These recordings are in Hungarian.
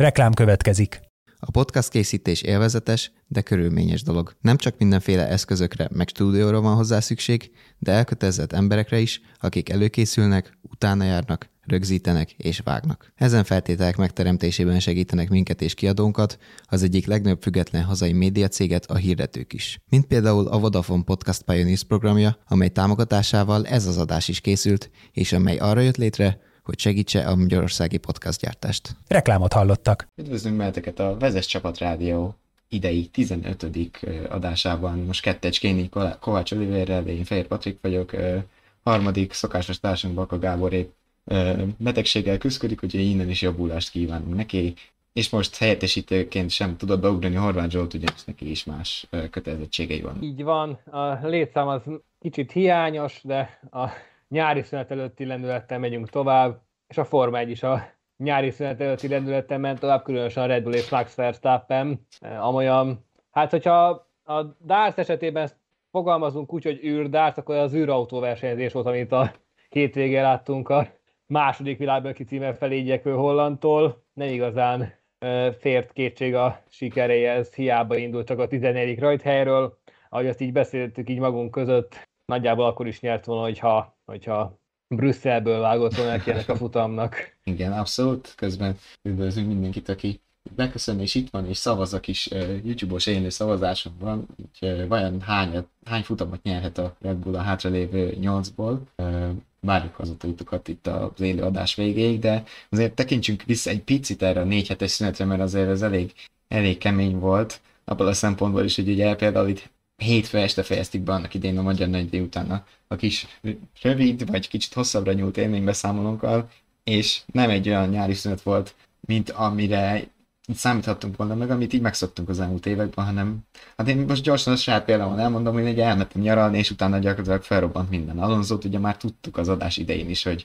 Reklám következik. A podcast készítés élvezetes, de körülményes dolog. Nem csak mindenféle eszközökre meg stúdióra van hozzá szükség, de elkötelezett emberekre is, akik előkészülnek, utána járnak, rögzítenek és vágnak. Ezen feltételek megteremtésében segítenek minket és kiadónkat, az egyik legnagyobb független hazai médiacéget, a hirdetők is. Mint például a Vodafone Podcast Pioneers programja, amely támogatásával ez az adás is készült, és amely arra jött létre, hogy segítse a magyarországi podcastgyártást. Reklámot hallottak. Üdvözlünk benneteket a Vezes Csapat Rádió idei 15. adásában. Most Kettecskéni Kovács Olivérrel, én Fehér Patrik vagyok. Harmadik szokásos társunk Baka Gábor épp betegséggel küszködik, úgyhogy innen is jobbulást kívánunk neki. És most helyettesítőként sem tudott beugrani Horváth Zsolt, ugyanis neki is más kötelezettségei van. Így van, a létszám az kicsit hiányos, de a nyári szünet előtti lendülettel megyünk tovább, és a Forma 1 is a nyári szünet előtti lendülettel ment tovább, különösen a Red Bull és Max Verstappen. Amolyan, hát hogyha a darts esetében fogalmazunk úgy, hogy űrdarts, akkor az űrautóversenyzés volt, amit a hétvégén láttunk a második világbajnoki címer felé igyekvő hollandtól. Nem igazán fért kétség a sikeréhez, hiába indult csak a 14. rajthelyről. Ahogy azt így beszéltük így magunk között, nagyjából akkor is nyert volna, hogyha Brüsszelből vágott volna neki ennek a futamnak. Igen, abszolút. Közben üdvözlünk mindenkit, aki beköszön és itt van, és szavaz a kis YouTube-os élő szavazáson van. Úgyhogy vajon hány futamot nyerhet a Red Bull a hátralévő 8-ból? Várjuk az utaitokat itt az élő adás végéig, de azért tekintsünk vissza egy picit erre a 4 hetes szünetre, mert azért ez elég kemény volt. Abban a szempontból is, hogy ugye például itt hétfő este fejeztük be annak idején a Magyar Nagy Délután a kis rövid, vagy kicsit hosszabbra nyúlt élménybeszámolónkkal, és nem egy olyan nyári szünet volt, mint amire számíthattunk volna meg, amit így megszoktunk az elmúlt években, hanem hát én most gyorsan a saját például elmondom, hogy ugye elmentem nyaralni, és utána gyakorlatilag felrobbant minden. Alonzót ugye már tudtuk az adás idején is, hogy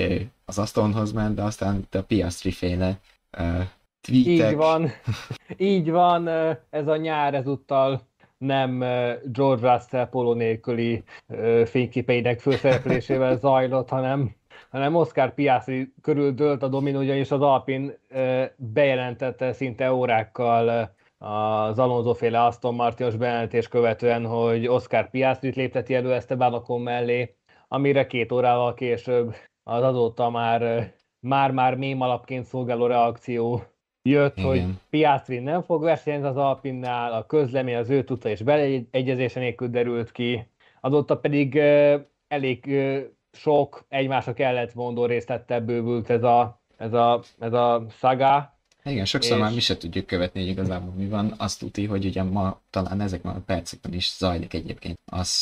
az Astonhoz ment, de aztán itt a Piastri féle tweetek. Így van, ez a nyár ezúttal nem George Russell póló nélküli fényképeinek főszereplésével zajlott, hanem Oscar Piastri körül dőlt a dominó, ugyanis az Alpine bejelentette szinte órákkal az Alonso-féle Aston Martinos bejelentés követően, hogy Oscar Piastrit lépteti elő Esteban Ocon mellé, amire 2 órával később az azóta már mém alapként szolgáló reakció jött, igen, hogy Piastri nem fog versenyezni az Alpinnál, a közlemény az ő tudta és beleegyezése nélkül derült ki, azóta pedig elég sok egymásra kellett részlettel bővült ez a saga. Igen, sokszor már mi se tudjuk követni, hogy igazából mi van. Azt tudni, hogy ugye ma talán ezekben a percekben is zajlik egyébként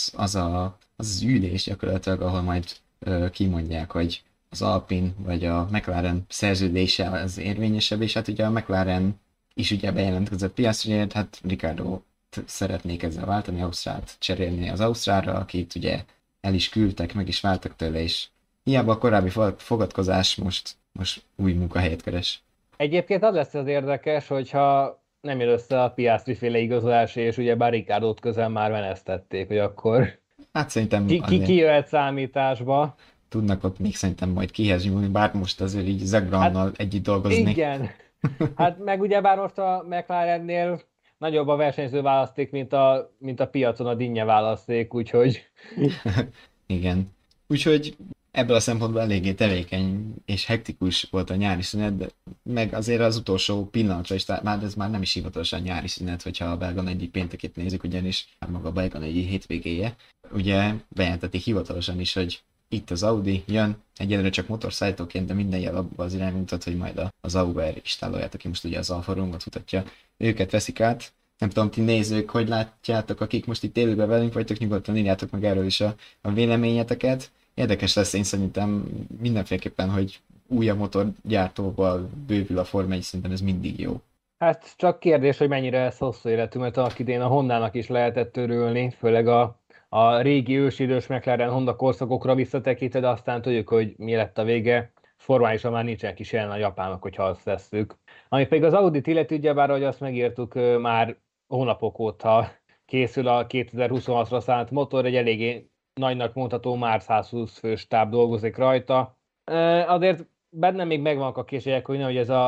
az ülés gyakorlatilag, ahol majd kimondják, hogy az Alpine vagy a McLaren szerződése az érvényesebb, és hát ugye a McLaren is ugye bejelentkezett Piastriért, hát Ricciardo szeretnék ezzel váltani, Ausztrált cserélni az Ausztrálra, akit ugye el is küldtek, meg is váltak tőle, és hiába a korábbi fogadkozás most új munkahelyet keres. Egyébként az lesz az érdekes, hogyha nem jön össze a Piastri féle igazolás, és ugye bár Ricciardót közel már menesztették, hogy akkor hát szerintem ki jöhet számításba. Tudnak ott még szerintem majd kihez nyúlni, bár most azért így Zach Brown-nal együtt dolgozni. Igen, hát meg ugyebár most a McLarennél nagyobb a versenyző választék, mint a piacon a dinnye választék, úgyhogy... Igen. Úgyhogy ebből a szempontból eléggé tevékeny és hektikus volt a nyári szünet, de meg azért az utolsó pillanatra is, ez már nem is hivatalosan nyári szünet, hogyha a belga negyi péntekét nézzük, ugyanis maga a belga negyi hétvégéje. Ugye bejelentették hivatalosan is, hogy itt az Audi jön, egyelőre csak motorszállítóként, de minden jel abban az irány mutat, hogy majd az Auber istállóját, aki most ugye az Alfa Romeot mutatja, őket veszik át. Nem tudom, ti nézők, hogy látjátok, akik most itt élőben velünk vagytok, nyugodtan írjátok meg erről is a véleményeteket. Érdekes lesz, én szerintem mindenféleképpen, hogy újabb motorgyártóval bővül a Forma 1, szerintem ez mindig jó. Hát csak kérdés, hogy mennyire ez hosszú életű, mert annak idén a Hondának is lehetett örülni, főleg a régi ősidős McLaren Honda korszakokra visszatekintve, de aztán tudjuk, hogy mi lett a vége. Formálisan már nincsenek is jelen a japánok, hogyha azt vesszük. Ami pedig az Audit illeti, ugyebár, ahogy azt megírtuk, már hónapok óta készül a 2026-ra szánt motor, egy eléggé nagynak mondható, már 120 fős stáb dolgozik rajta. Azért bennem még megvannak a készségek, hogy nehogy ez a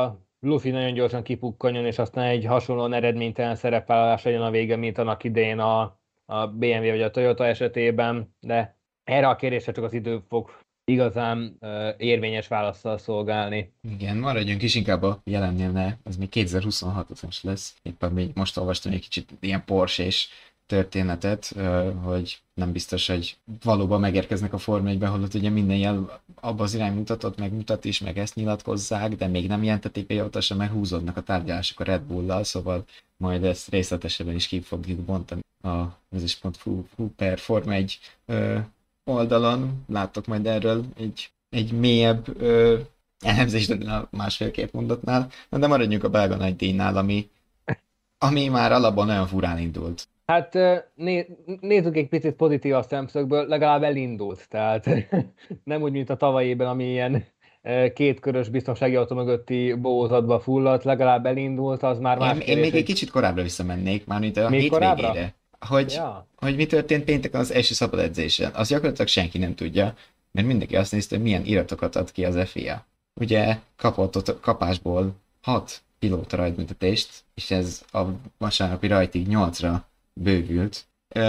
Luffy nagyon gyorsan kipukkanjon, és aztán egy hasonlóan eredménytelen szerepvállalás legyen a vége, mint annak idején a BMW vagy a Toyota esetében, de erre a kérdésre csak az idő fog igazán érvényes válaszsal szolgálni. Igen, maradjunk is inkább a jelennél, ne, az még 2026-os lesz. Éppen még most olvastam egy kicsit ilyen Porsche-s történetet, hogy nem biztos, hogy valóban megérkeznek a Forma 1-be, holott ugye minden jel abba az irány mutatott, meg mutat is, meg ezt nyilatkozzák, de még nem jelentették be sem, mert húzódnak a tárgyalások a Red Bull-lal, szóval majd ezt részletesebben is ki fogjuk bontani a vezes.hu per Forma 1 oldalon. Láttok majd erről egy mélyebb elemzést a másfél-két mondatnál, de maradjunk a belga nagydíjnál, ami már alapban nagyon furán indult. Hát nézzük egy picit pozitív szemszögből, legalább elindult, tehát nem úgy, mint a tavalyében, ami ilyen kétkörös biztonsági autó mögötti bózatba fulladt, legalább elindult, az már más kérdés. Én még egy kicsit korábbra visszamennék, már mint a hétvégére. Hogy mi történt pénteken az első szabad edzésen. Azt gyakorlatilag senki nem tudja, mert mindenki azt nézte, hogy milyen iratokat ad ki az FIA. Ugye kapott kapásból 6 pilóta rajtbüntetést, és ez a vasárnapi rajtig 8-ra bővült.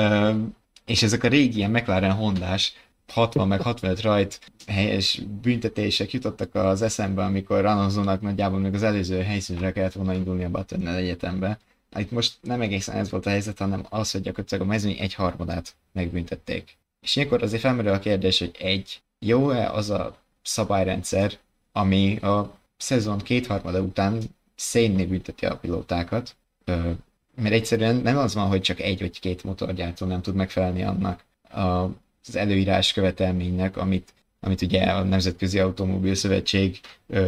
És ezek a régi ilyen McLaren Hondás 60 meg 65 rajt helyes büntetések jutottak az eszembe, amikor Alonsonak nagyjából még az előző helyszínre kellett volna indulni a Battonnel egyetembe. Itt most nem egészen ez volt a helyzet, hanem az, hogy gyakorlatilag a mezőny 1/3 megbüntették. És ilyenkor azért felmerül a kérdés, hogy jó-e az a szabályrendszer, ami a szezon 2/3 után szénné bünteti a pilótákat, mert egyszerűen nem az van, hogy csak egy vagy két motorgyártó nem tud megfelelni annak az előírás követelménynek, amit ugye a Nemzetközi Automobil Szövetség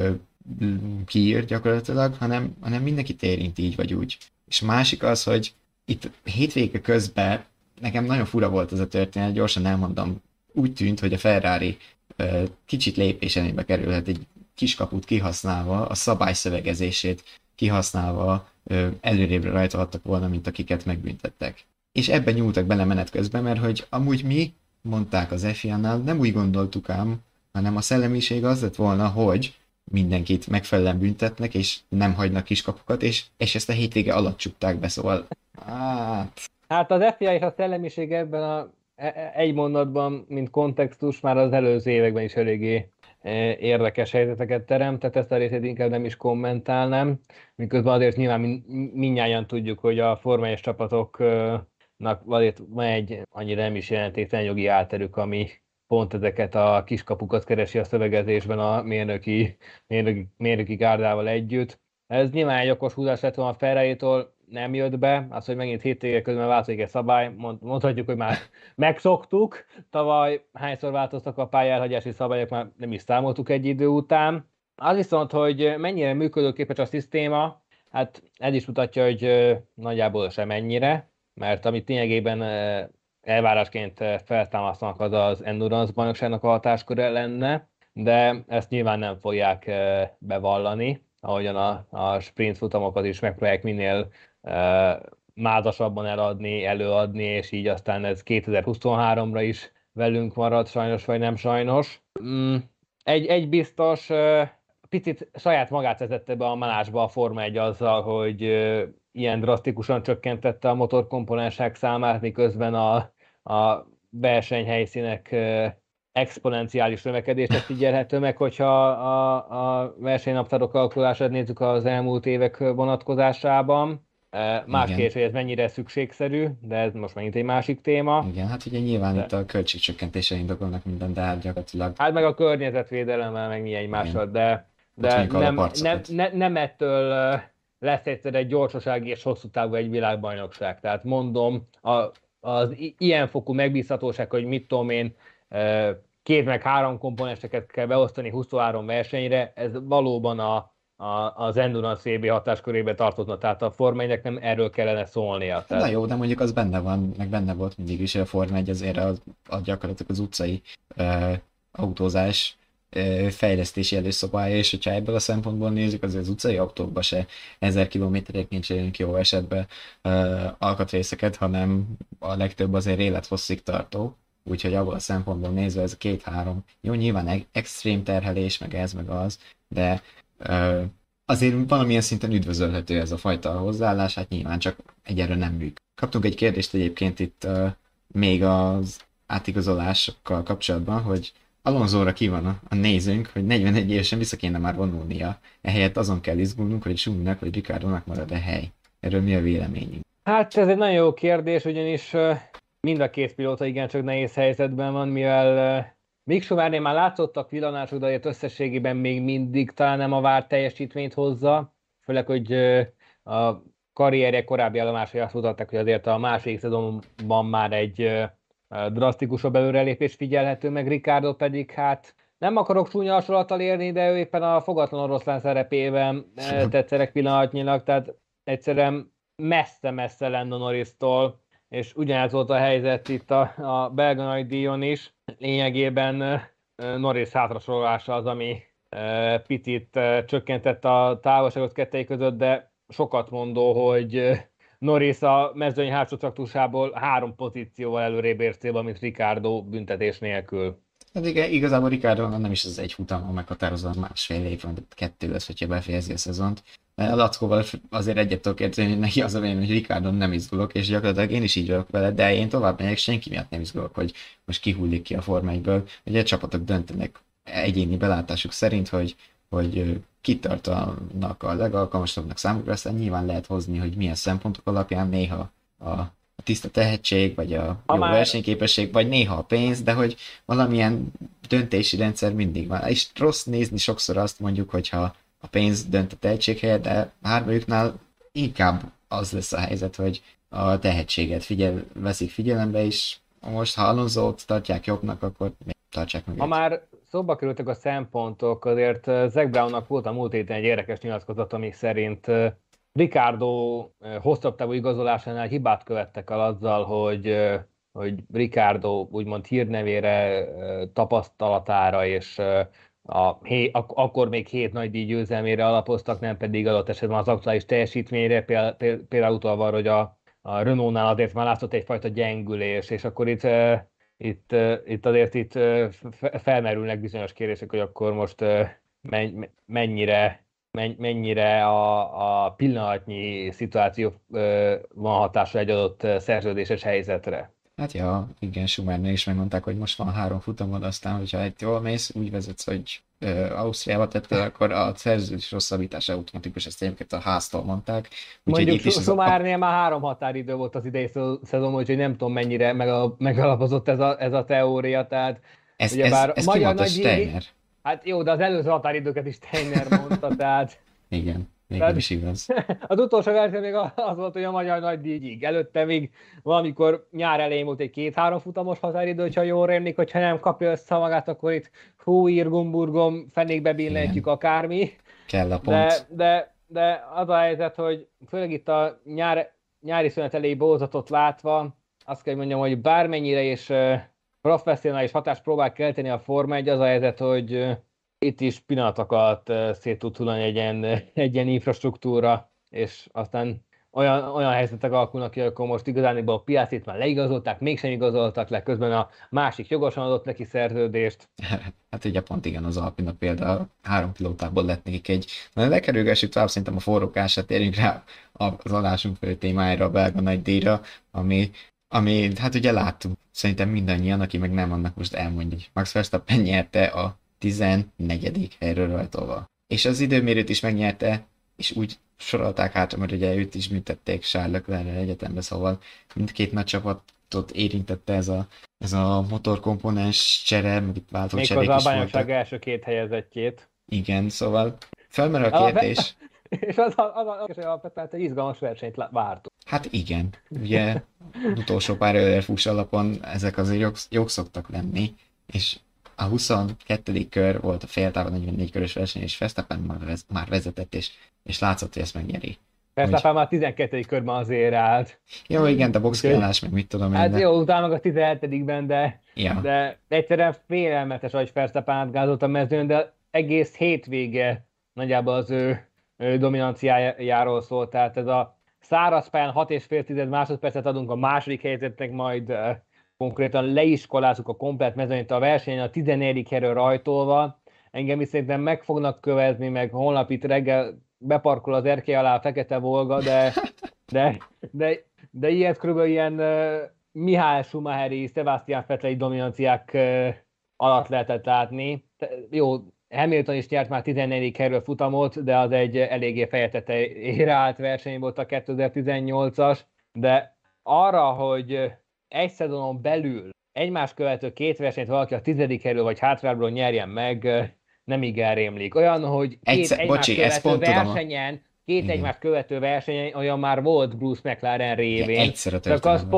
kiírt gyakorlatilag, hanem mindenkit érint így vagy úgy. És másik az, hogy itt hétvége közben nekem nagyon fura volt ez a történet, gyorsan elmondom, úgy tűnt, hogy a Ferrari kicsit lépés elébe kerülhet egy kiskaput kihasználva, a szabályszövegezését kihasználva előrébre rajtolhattak volna, mint akiket megbüntettek. És ebben nyúltak bele menet közben, mert hogy amúgy mi, mondták az FIA-nál, nem úgy gondoltuk ám, hanem a szellemiség az lett volna, hogy mindenkit megfelelően büntetnek, és nem hagynak kiskapukat, és ezt a hétvége alatt csukták be, szóval Hát az FIA és a szellemiség ebben egy mondatban, mint kontextus, már az előző években is eléggé érdekes helyzeteket teremt, tehát ezt a részét inkább nem is kommentálnám, miközben azért nyilván mindnyájan tudjuk, hogy a Forma 1 csapatoknak azért van egy annyira nem is jelentéktelen jogi álterük, ami pont ezeket a kiskapukat keresi a szövegezésben a mérnöki gárdával együtt. Ez nyilván egy okos húzás lett volna a Ferrari-tól, nem jött be, az, hogy megint hétvége közben változik egy szabály, mondhatjuk, hogy már megszoktuk, tavaly hányszor változtak a pályelhagyási szabályok, már nem is számoltuk egy idő után. Az viszont, hogy mennyire működőképes a szisztéma, hát ez is mutatja, hogy nagyjából sem ennyire, mert amit lényegében elvárásként feltámasztanak, az az Endurance bajnokságnak a hatásköre lenne, de ezt nyilván nem fogják bevallani, ahogyan a sprint futamokat is megpróbálják minél mázasabban előadni, és így aztán ez 2023-ra is velünk marad, sajnos vagy nem sajnos. Egy biztos, picit saját magát vezette be a menázsba a Forma 1 azzal, hogy ilyen drasztikusan csökkentette a motorkomponensek számát, miközben a versenyhelyszínek exponenciális növekedésre figyelhető meg, hogyha a versenynaptárok alakulását nézzük az elmúlt évek vonatkozásában. Más kérdés, hogy ez mennyire szükségszerű, de ez most megint egy másik téma. Igen, hát ugye nyilván itt a költségcsökkentésre indokolnak minden, de hát gyakorlatilag... Hát meg a környezetvédelemmel, meg mi egymással, de nem ettől lesz egyszer egy gyorsasági és hosszú távú egy világbajnokság. Tehát mondom, az ilyenfokú megbízhatóság, hogy mit tudom én, 2 meg 3 komponenseket kell beosztani 23 versenyre, ez valóban az Endurance CB hatáskörébe tartozna, tehát a Forma 1-nek nem erről kellene szólnia. Tehát... Na jó, de mondjuk az benne van, meg benne volt mindig is, a Forma 1 azért a gyakorlatilag az utcai autózás fejlesztési előszobája, és hogyha ebből a szempontból nézzük, azért az utcai autókban se 1000 kilométereknél cserélünk jó esetben alkatrészeket, hanem a legtöbb azért élethosszig tartó. Úgyhogy abból a szempontból nézve ez a 2-3, jó, nyilván extrém terhelés, meg ez, meg az, de azért valamilyen szinten üdvözölhető ez a fajta hozzáállás, hát nyilván csak egyelőre nem működik. Kaptunk egy kérdést egyébként itt még az átigazolásokkal kapcsolatban, hogy Alonsóra ki van a nézőnk, hogy 41 évesen vissza kéne már vonulnia. Ehelyett azon kell izgulnunk, hogy Schumnak vagy Ricciardónak marad-e hely. Erről mi a véleményünk? Hát ez egy nagyon jó kérdés, ugyanis mind a két pilóta igencsak nehéz helyzetben van, mivel Mick Schumachernél már látszottak villanások, de azért összességében még mindig talán nem a várt teljesítményt hozza, főleg, hogy a karrierje korábbi állomásai azt mutatták, hogy azért a második szezonban már egy drasztikusabb előrelépés figyelhető meg, Ricciardo pedig hát nem akarok csúnya hasonlattal érni, de ő éppen a fogatlan oroszlán szerepében tetszenek pillanatnyilag, tehát egyszerűen messze-messze Lando Norristól, és ugyanez volt a helyzet itt a belga nagydíjon is. Lényegében Norris hátrasorolása az, ami picit csökkentett a távolságot kettei között, de sokat mondó, hogy Norris a mezőny hátsó traktusából 3 pozícióval előrébb ért célba, mint Ricciardo büntetés nélkül. Hát igen, igazából Ricciardo nem is az egy futamon meghatározva, másfél év van, 2 lesz, hogyha befejezi a szezont. A Lackóval azért egyet tudok érteni, hogy neki az a vélemény, hogy Ricciardon nem izgulok, és gyakorlatilag én is így vagyok vele, de én tovább megyek, senki miatt nem izgulok, hogy most kihullik ki a Forma 1-ből. Ugye a csapatok döntenek egyéni belátásuk szerint, hogy kitartanak a legalkalmasabbnak számukra, aztán nyilván lehet hozni, hogy milyen szempontok alapján néha a tiszta tehetség, vagy a jó versenyképesség, vagy néha a pénz, de hogy valamilyen döntési rendszer mindig van. És rossz nézni sokszor azt mondjuk, hogyha a pénz dönt a tehetség helyett, de hármajuknál inkább az lesz a helyzet, hogy a tehetséget veszik figyelembe, és most ha Alonsót tartják jobbnak, akkor még tartsák meg. Ha már szóba kerültek a szempontok, azért Zac Brownnak volt a múlt héten egy érdekes nyilatkozat, ami szerint Ricciardo hosszabb távú igazolásánál hibát követtek el azzal, hogy Ricciardo úgymond hírnevére, tapasztalatára és akkor még 7 nagydíj győzelmére alapoztak, nem pedig adott esetben az aktuális teljesítményre, például utalva arra, hogy a Renault-nál azért már látszott egyfajta gyengülés, és akkor itt azért felmerülnek bizonyos kérdések, hogy akkor most mennyire a pillanatnyi szituáció van hatása egy adott szerződéses helyzetre. Hát ja, igen, Schumachernél is megmondták, hogy most van 3 futamod, aztán, hogyha egy jól mész, úgy vezetsz, hogy Ausztriába tettél, akkor a szerződés rosszabbítása automatikus, ezt egyébként a háztól mondták. Mondjuk Schumachernél már 3 határidő volt az idei szezon, úgyhogy nem tudom mennyire megalapozott ez a teória, tehát ez kimondta Steiner. Hát jó, de az előző határidőket is Steiner mondta, tehát... Igen. Végül is igaz. Az utolsó verseny még az volt, hogy a magyar nagydíjig. Előtte még valamikor nyár elején volt egy 2-3 futamos határidő, hogyha jól rémlik, hogyha nem kapja össze magát, akkor itt írgum-burgum, fenékbe billentjük akármi. Kell a pont. De az a helyzet, hogy főleg itt a nyári szünet elejé bózatot látva, azt kell mondjam, hogy bármennyire is professzionális hatást próbál kelteni a Forma 1, az a helyzet, hogy itt is pillanatokat szét tud hullani egy ilyen infrastruktúra, és aztán olyan helyzetek alakulnak ki, akkor most igazániból a Piastrit már leigazolták, mégsem igazoltak le, közben a másik jogosan adott neki szerződést. Hát ugye pont igen, az Alpina például 3 pilótából lett nekik egy. Na, lekerülgessük tovább szerintem a forrókásra, térjünk rá az adásunk fő témájára, a belga nagydíjra, ami hát ugye láttunk, szerintem mindannyian, aki meg nem, annak most elmondja, hogy Max Verstappen nyerte a 14. helyről rajtolva. És az időmérőt is megnyerte, és úgy sorolták hátra, mert ugye őt is büntették Charles Leclerc egyetembe, szóval mindkét nagy csapatot érintette ez a motorkomponens csere, meg itt váltó cserék is voltak. Méghozzá a bajnokság első 2 helyezettjét. Igen, szóval felmerül a kérdés. És az alapvetően egy izgalmas versenyt vártunk. Hát igen, ugye utolsó pár előrefús alapon ezek azért jók szoktak lenni, és a 22. kör volt a féltávon 44 körös verseny, és Verstappen már vezetett, és látszott, hogy ezt megnyeri. Verstappen már 12. körben azért állt. Jó, igen, de boxkiállás, meg mit tudom én. Hát jó, utána meg a 17-ben, ja. De egyszerűen félelmetes, hogy Verstappen átgázolt a mezőn, de egész hétvége nagyjából az ő dominanciájáról szólt. Tehát ez a száraz pályán 6,5 másodpercet adunk a második helyzetnek, majd konkrétan leiskolázunk a komplet mezőnyt a versenyen a 14. helyről rajtolva. Engem is szerintem meg fognak kövezni, meg holnap itt reggel beparkol az erkély alá a fekete Volga, de, de ilyet körülbelül ilyen Mihály Schumacheri, Sebastian Vetteli dominanciák alatt lehetett látni. Jó, Hamilton is nyert már 14. helyről futamot, de az egy eléggé feje tetejére állt verseny volt a 2018-as, de arra, hogy egy szezonon belül egymás követő két versenyt valaki a 10. helyről vagy hátrábbról nyerjen meg, nem igen rémlik. Olyan, hogy két egymást követő versenyen olyan már volt Bruce McLaren révén. Egyszer a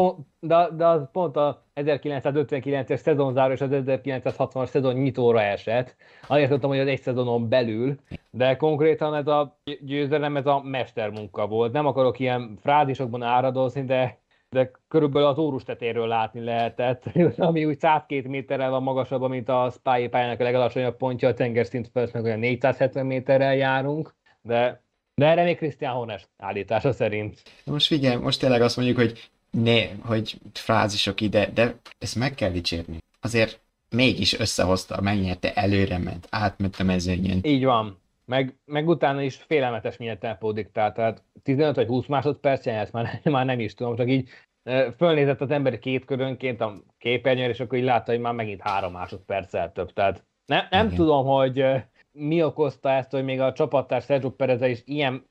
de az pont a 1959-es szezonzáró és az 1960-as szezon nyitóra esett. Azért mondtam, hogy az egy szezonon belül, de konkrétan ez a győzelem, ez a mestermunka volt. Nem akarok ilyen frázisokban áradozni, de körülbelül az Órus tetéről látni lehetett, ami úgy 102 méterrel van magasabb, mint a Spy pályának a legalacsonyabb pontja, a tengerszint felett meg olyan 470 méterrel járunk, de erre még Christian Horner állítása szerint. Most figyelj, most tényleg azt mondjuk, hogy frázisok ide, de ezt meg kell dicsérni. Azért mégis összehozta, megnyerte, előre ment, átment a mezőnyen. Így van. Meg utána is félelmetes milyen tempó diktált, tehát 15 vagy 20 másodpercen, ezt már nem is tudom, csak így fölnézett az ember két körönként a képernyőre, és akkor így látta, hogy már megint 3 másodperccel több. Tehát nem tudom, hogy mi okozta ezt, hogy még a csapattárs Sergio Perez is ilyen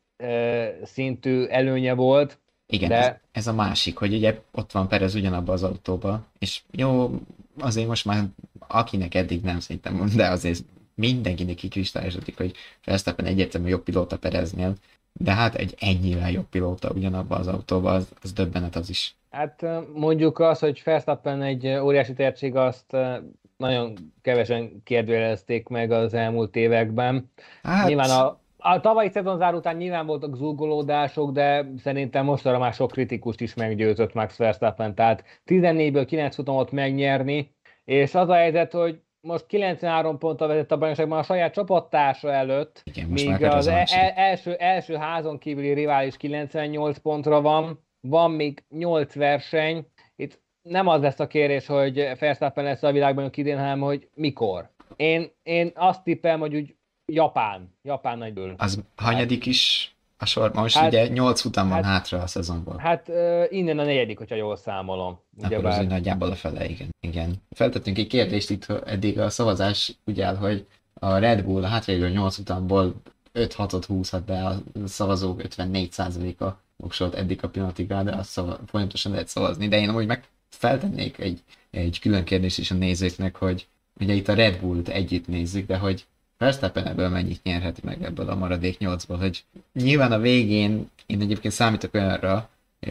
szintű előnye volt. Igen, de... ez a másik, hogy ugye ott van Perez ugyanabban az autóban, és jó, azért most már akinek eddig nem szerintem, de azért mindenkinek kikristályosodik, hogy Verstappen egyértelműen jobb pilóta Pereznél, de hát egy ennyivel jobb pilóta ugyanabban az autóban, az döbbenet az is. Hát mondjuk az, hogy Verstappen egy óriási tehetség, azt nagyon kevesen kérdőjelezték meg az elmúlt években. Hát... Nyilván a tavalyi szezonzár után nyilván voltak zúgolódások, de szerintem mostanra már sok kritikust is meggyőzött Max Verstappen, tehát 14-ből 9 futamot megnyerni, és az a helyzet, hogy most 93 ponttal vezet a bajnokságban a saját csapattársa előtt, igen, míg az első házon kívüli rivális 98 pontra van még 8 verseny. Itt nem az lesz a kérdés, hogy Verstappen lesz a világbajnok idén, hanem hogy mikor. Én azt tippelem, hogy úgy Japán nagyből. Az hanyadik is a sorban? Most ugye 8 futam van hátra a szezonból. Hát innen a 4., hogyha jól számolom. Akkor az nagyjából a fele, igen. Feltettünk egy kérdést itt, eddig a szavazás úgy áll, hogy a Red Bull a hátralévő 8 futamból 5-6-ot húzhat be, a szavazók 54%-a voksolt eddig a pillanatig rá, de azt folyamatosan lehet szavazni. De én amúgy meg feltennék egy külön kérdést is a nézőknek, hogy ugye itt a Red Bullt együtt nézzük, de hogy Verstappen ebből mennyit nyerhet meg ebből a maradék 8-ból, hogy nyilván a végén én egyébként számítok olyanra,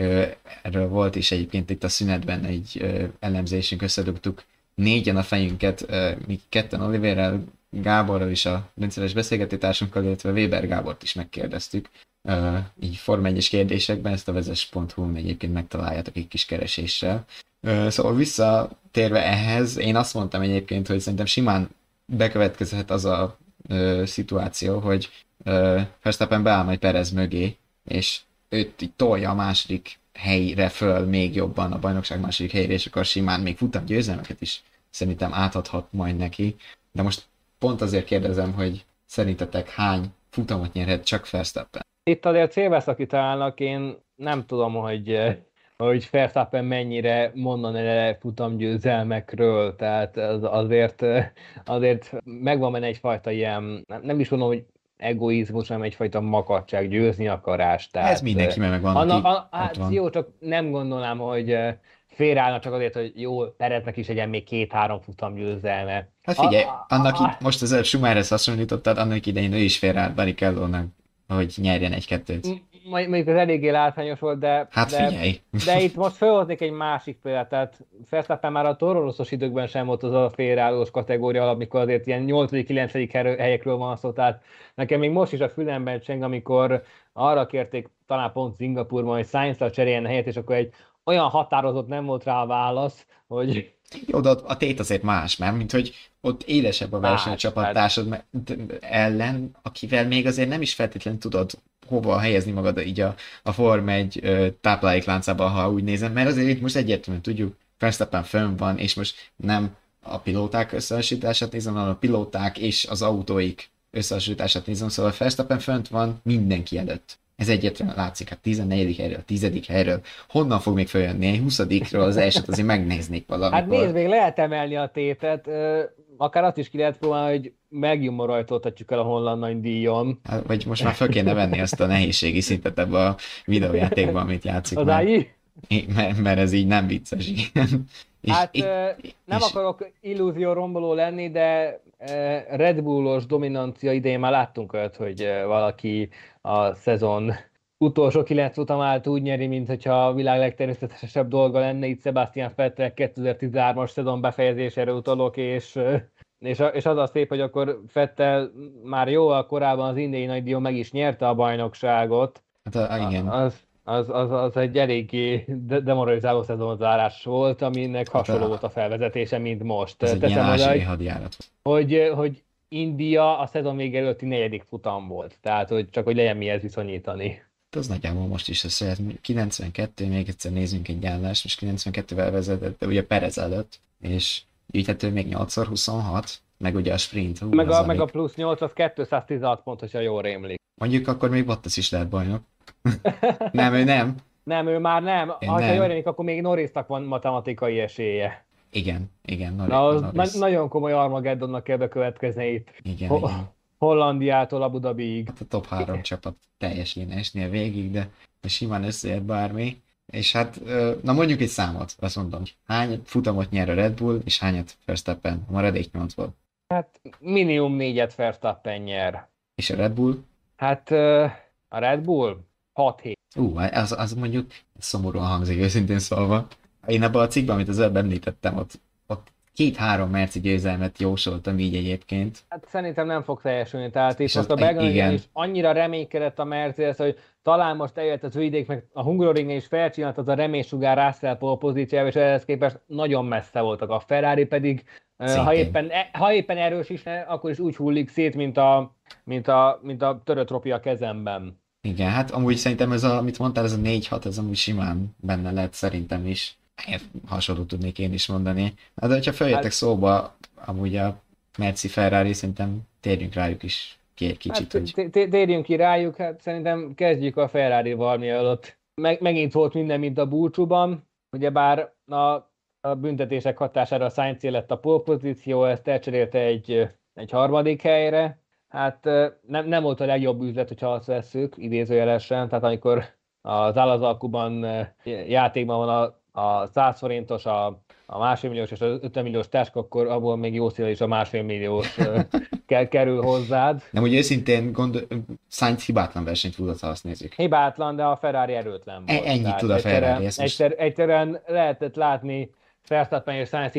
erről volt is egyébként itt a szünetben egy elemzésünk, összedugtuk 4-en a fejünket, mi ketten Oliverrel, Gáborral is a rendszeres beszélgetőtársunkkal, illetve Weber Gábort is megkérdeztük, így Forma 1-es kérdésekben, ezt a vezes.hu-n egyébként megtaláljátok egy kis kereséssel. Szóval visszatérve ehhez, én azt mondtam egyébként, hogy szerintem simán bekövetkezhet az a szituáció, hogy Verstappen beáll majd Perez mögé, és őt így tolja a második helyre föl még jobban, a bajnokság második helyre, és akkor simán még futam győzelmeket is szerintem átadhat majd neki. De most pont azért kérdezem, hogy szerintetek hány futamot nyerhet csak Verstappen? Itt azért célbeszakít találnak, én nem tudom, hogy Verstappen mennyire mondani le futamgyőzelmekről, tehát azért megvan benne egyfajta ilyen, nem is mondom, hogy egoizmus, hanem egyfajta makacság, győzni akarás. Tehát, ez mindenki megvan, hát jó, csak nem gondolnám, hogy félreállna csak azért, hogy jó, Pereznek is legyen még 2-3 futamgyőzelme. Hát figyelj, most az Schumacherhez hasonlítottad, annak idején ő is félreállt Barrichello-nak, hogy nyerjen 1-2-t. Mondjuk ez eléggé látványos volt, de itt most felhoznék egy másik példát, tehát Verstappen már a Toro Rosso-os időkben sem volt az a félreállós kategória, amikor azért ilyen 8.-9. helyekről van szó, tehát nekem még most is a fülemben cseng, amikor arra kérték talán pont Szingapurban, hogy Sainz-ra cseréljen helyet, és akkor egy olyan határozott nem volt rá a válasz, hogy... Jó, de a tét azért más, mert mint hogy ott élesebb a verseny a csapattársad ellen, akivel még azért nem is feltétlenül tudod hova helyezni magad így a Forma 1 táplálékláncában, ha úgy nézem, mert azért itt most egyértelműen tudjuk, Verstappen fönn van, és most nem a pilóták összehasonlítását nézem, hanem a pilóták és az autóik összehasonlítását nézem, szóval Verstappen fönt van mindenki előtt. Ez egyetlen látszik, hát 14. helyről, 10. helyről. Honnan fog még följönni? 20-ról az elsőt azért megnéznék valamikor. Hát nézd, még lehet emelni a tétet, akár azt is ki lehet próbálni, hogy Belgiummal rajtoltatjuk el a holland nagy díjon. Hát, vagy most már föl kéne venni azt a nehézségi szintet ebbe a videójátékban, amit játszik. Az AI? Mert ez így nem vicces, igen. Hát nem akarok illúzió romboló lenni, de Red Bullos dominancia idején már láttunk olyat, hogy valaki a szezon utolsó 9 futamát úgy nyeri, mint hogyha a világ legtermészetesebb dolga lenne. Itt Sebastian Vettel 2013-as szezon befejezésére utalok, és az a szép, hogy akkor Vettel már jóval korábban az indiai nagydíjon meg is nyerte a bajnokságot. Hát igen. Az egy eléggé demoralizáló szezonzárás volt, aminek hasonló volt a felvezetése, mint most. Ez egy ilyen ázsiai hadjárat. Hogy India a szezon vége előtti 4. futam volt. Tehát, hogy csak hogy legyen mihez viszonyítani. Az nagyjából most is lesz, 92, még egyszer nézzünk egy állást, most 92-vel vezetett, de ugye Perez előtt, és így még 8x26, meg ugye a sprint. Meg a plusz 8 az 216 pont, hogyha jól rémlik. Mondjuk akkor még Bottas is lehet bajnok. Nem, ő nem. Nem, ő már nem. Ha jól rémlik, akkor még Norrisnak van matematikai esélye. Igen, Norris. Nagyon komoly Armageddonnak kell bekövetkezni itt. Igen. Hollandiától Abu Dhabiig. Hát a top 3 csapat teljesen esnél végig, de simán összeért bármi. És hát, na mondjuk egy számot, azt mondom, hány futamot nyer a Red Bull, és hányat Verstappen, a maradék 8-ból? Hát minimum 4-et Verstappen nyer. És a Red Bull? Hát a Red Bull 6-7. Az mondjuk szomorúan hangzik őszintén szólva. Én abban a cikkben, amit az előbb említettem, ott 2-3 merci győzelmet jósoltam így egyébként. Hát szerintem nem fog teljesülni, tehát itt most a Belgium is annyira reménykedett a Mercedes, hogy talán most eljött az idék, meg a Hungaroringen is felcsinált az a reménysugár Russell pole pozíciójába, és ehhez képest nagyon messze voltak. A Ferrari pedig, ha éppen erős is, akkor is úgy hullik szét, mint a törött ropi a kezemben. Igen, hát amúgy szerintem amit mondtál, ez a 4-6, ez amúgy simán benne lehet szerintem is. Hasonló tudnék én is mondani. De hogyha feljöttek szóba, amúgy a Merci Ferrari, szerintem térjünk rájuk is ki egy kicsit. Hát, térjünk ki rájuk, hát szerintem kezdjük a Ferrari-val, mielőtt megint volt minden, mint a búcsúban. Ugyebár a büntetések hatására a Sainz lett a pole pozíció, ezt elcserélte egy harmadik helyre. Hát nem volt a legjobb üzlet, hogyha azt vesszük, idézőjelesen, tehát amikor az állazalkuban játékban van a 100 forintos, a 1,5 milliós és az 50 milliós táska, akkor abból még jó szél is a 1,5 milliós kerül hozzád. Nem, úgy őszintén Sainz hibátlan versenyt tudott, ha azt nézzük. Hibátlan, de a Ferrari erőtlen volt. Ennyit tud a Ferrari. Egyszerűen lehetett látni Verstappen és Sainz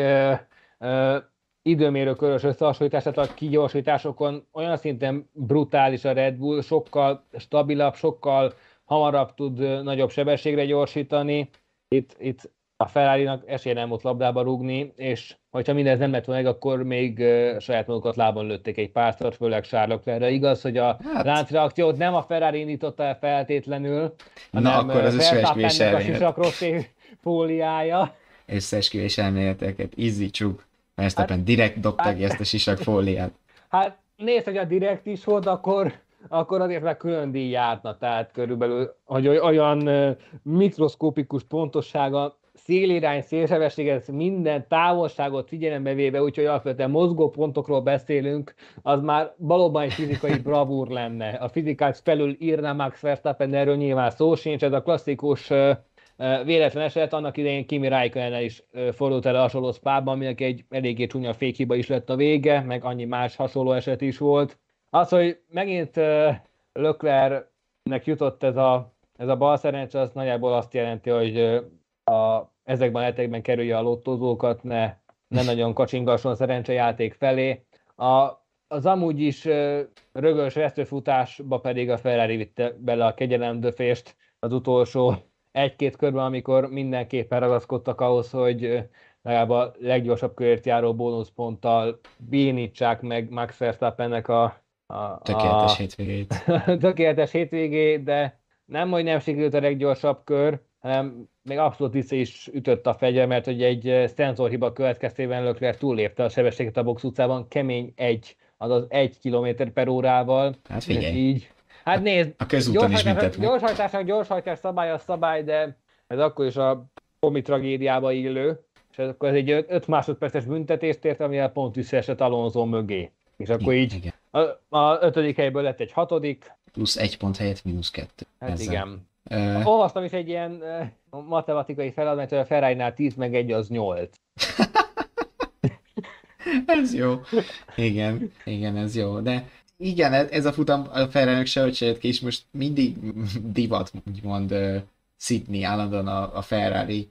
időmérő körös összehasonlítását a kigyorsításokon olyan szinten brutális a Red Bull, sokkal stabilabb, sokkal hamarabb tud nagyobb sebességre gyorsítani. Itt a Ferrari-nak esélye nem volt labdába rúgni, és hogyha mindez nem lett volna meg, akkor még saját magukat lábon lőtték egy párszor, főleg Charles Leclercre. Igaz, hogy a láncreakciót nem a Ferrari indította el feltétlenül, hanem Verstappennek a sisakrosszé fóliája. Összeesküvés elméleteket izzítsuk. Verstappen direkt dobta ki ezt a sisakfóliát. Hát nézd, hogy a direkt is volt, akkor azért meg külön díj járna, tehát körülbelül, hogy olyan mikroszkópikus pontossága, szélirány, szélsebesség, minden távolságot figyelembe véve, úgyhogy alapvetően mozgópontokról beszélünk, az már valóban egy fizikai bravúr lenne. A fizikát felül írná Max Verstappen, erről nyilván szó sincs, ez a klasszikus véletlen eset, annak idején Kimi Räikkönen is fordult el a hasonló Spában, aminek egy eléggé csúnya fékhiba is lett a vége, meg annyi más hasonló eset is volt. Az, hogy megint Leclercnek jutott ez a bal szerencse, az nagyjából azt jelenti, hogy ezekben a hetekben kerülje a lottózókat, ne nagyon kacsingasson a szerencsejáték felé. Az amúgy is rögös vesztőfutásba pedig a Ferrari vitte bele a kegyelemdöfést az utolsó 1-2 körben, amikor mindenképpen ragaszkodtak ahhoz, hogy legalább a leggyorsabb körért járó bónuszponttal bénítsák meg Max Verstappennek a tökéletes hétvégét. Tökéletes hétvégét, de nem, hogy nem sikerült a leggyorsabb kör, hanem még abszolút vissza is ütött a fegyver, mert hogy egy szenzorhiba következtében Leclerc túllépte a sebességet a box utcában, kemény 1 azaz 1 km/órával. Hát figyelj. Így. Hát nézd, A közúton is büntet meg. gyorshajtás szabály, de ez akkor is a komi tragédiába illő, és akkor ez egy 5 másodperces büntetést ért, amivel pont visszaesett Alonso mögé. És akkor így Igen. a 5. helyből lett egy 6. Plusz 1 pont helyett -2. Hát ezzel. igen. Olvastam is egy ilyen matematikai feladat, hogy a Ferrari-nál 10 meg 1 az 8. Ez jó. Igen, ez jó. De igen, ez a futam a Ferrari-nak sehogy se jött ki, és most mindig divat, úgymond szidni állandóan a Ferrari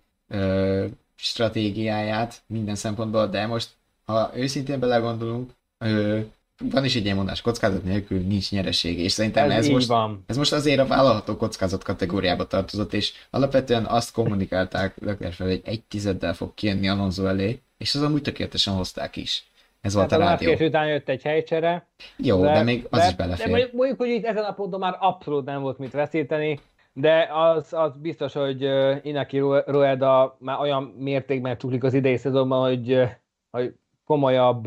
stratégiáját minden szempontból, de most, ha őszintén belegondolunk, van is egy ilyen mondás, kockázat nélkül nincs nyereség, és szerintem ez most azért a vállalható kockázat kategóriába tartozott, és alapvetően azt kommunikálták Leclerc fel, hogy 1 tizeddel fog kijönni Alonso elé, és az amúgy tökéletesen hozták is. Ez volt a rádió. És után jött egy helycsere. Jó, de még az is belefér. De mondjuk, hogy itt ezen a ponton már abszolút nem volt mit veszíteni, de az biztos, hogy Inaki Rueda már olyan mértékben csuklik az idei szezonban, hogy komolyabb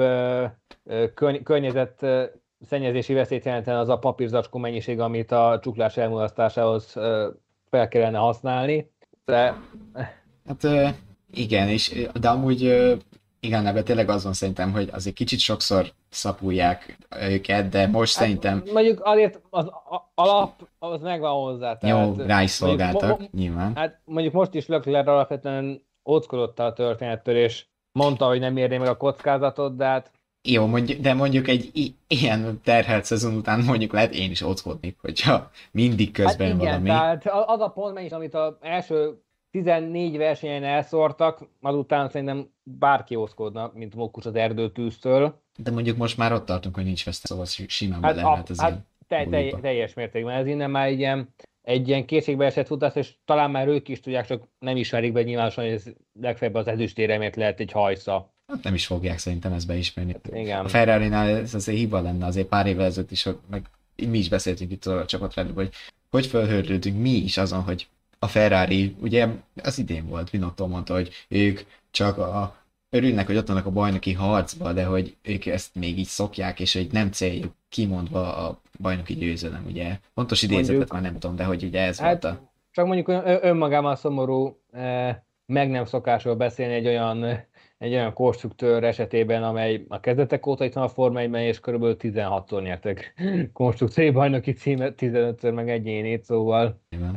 környezet szennyezési veszélyt jelenten az a papírzacskó mennyiség, amit a csuklás elmulasztásához fel kellene használni. De... Hát igen, de amúgy igen, tényleg azon szerintem, hogy azért kicsit sokszor szapulják őket, de most szerintem... Mondjuk azért az alap az megvan hozzá. Jó, rá is szolgáltak, nyilván. Hát mondjuk most is Leclerc alapvetően óckodott a történettől, és mondta, hogy nem érné meg a kockázatot, de hát... Jó, de mondjuk egy ilyen terhelt szezon után mondjuk lehet én is óckodnék, hogyha mindig közben hát igen, valami. Tehát az a pont mennyis, amit az első 14 versenyen elszórtak, azután szerintem bárki óckodna, mint mókus az erdőtűztől. De mondjuk most már ott tartunk, hogy nincs veszte, szóval simán bele lehet az ilyen teljes mértékben. Ez innen már egy ilyen kétségbeesett futás, és talán már ők is tudják, csak nem ismerik be nyilvánosan, hogy ez legfeljebb az ezüstéremért lehet egy hajsza. Hát nem is fogják szerintem ezt beismerni. Hát, igen. A Ferrari-nál ez azért hiba lenne, azért pár évvel ezelőtt is, meg mi is beszéltünk itt a csapatrádióban, hogy fölhördültünk mi is azon, hogy a Ferrari, ugye az idén volt, Binotto mondta, hogy ők csak örülnek, hogy ott vannak a bajnoki harcba, de hogy ők ezt még így szokják, és hogy nem céljuk kimondva a bajnoki győzelem, ugye. Pontos idézetet már nem tudom, de hogy ugye ez volt a... Csak mondjuk önmagában szomorú meg nem szokásról beszélni egy olyan konstruktőr esetében, amely a kezdetek óta itt van a Forma 1-ben, és körülbelül 16-szor nyertek konstrukciói bajnoki címet, 15-ször meg egyénét, szóval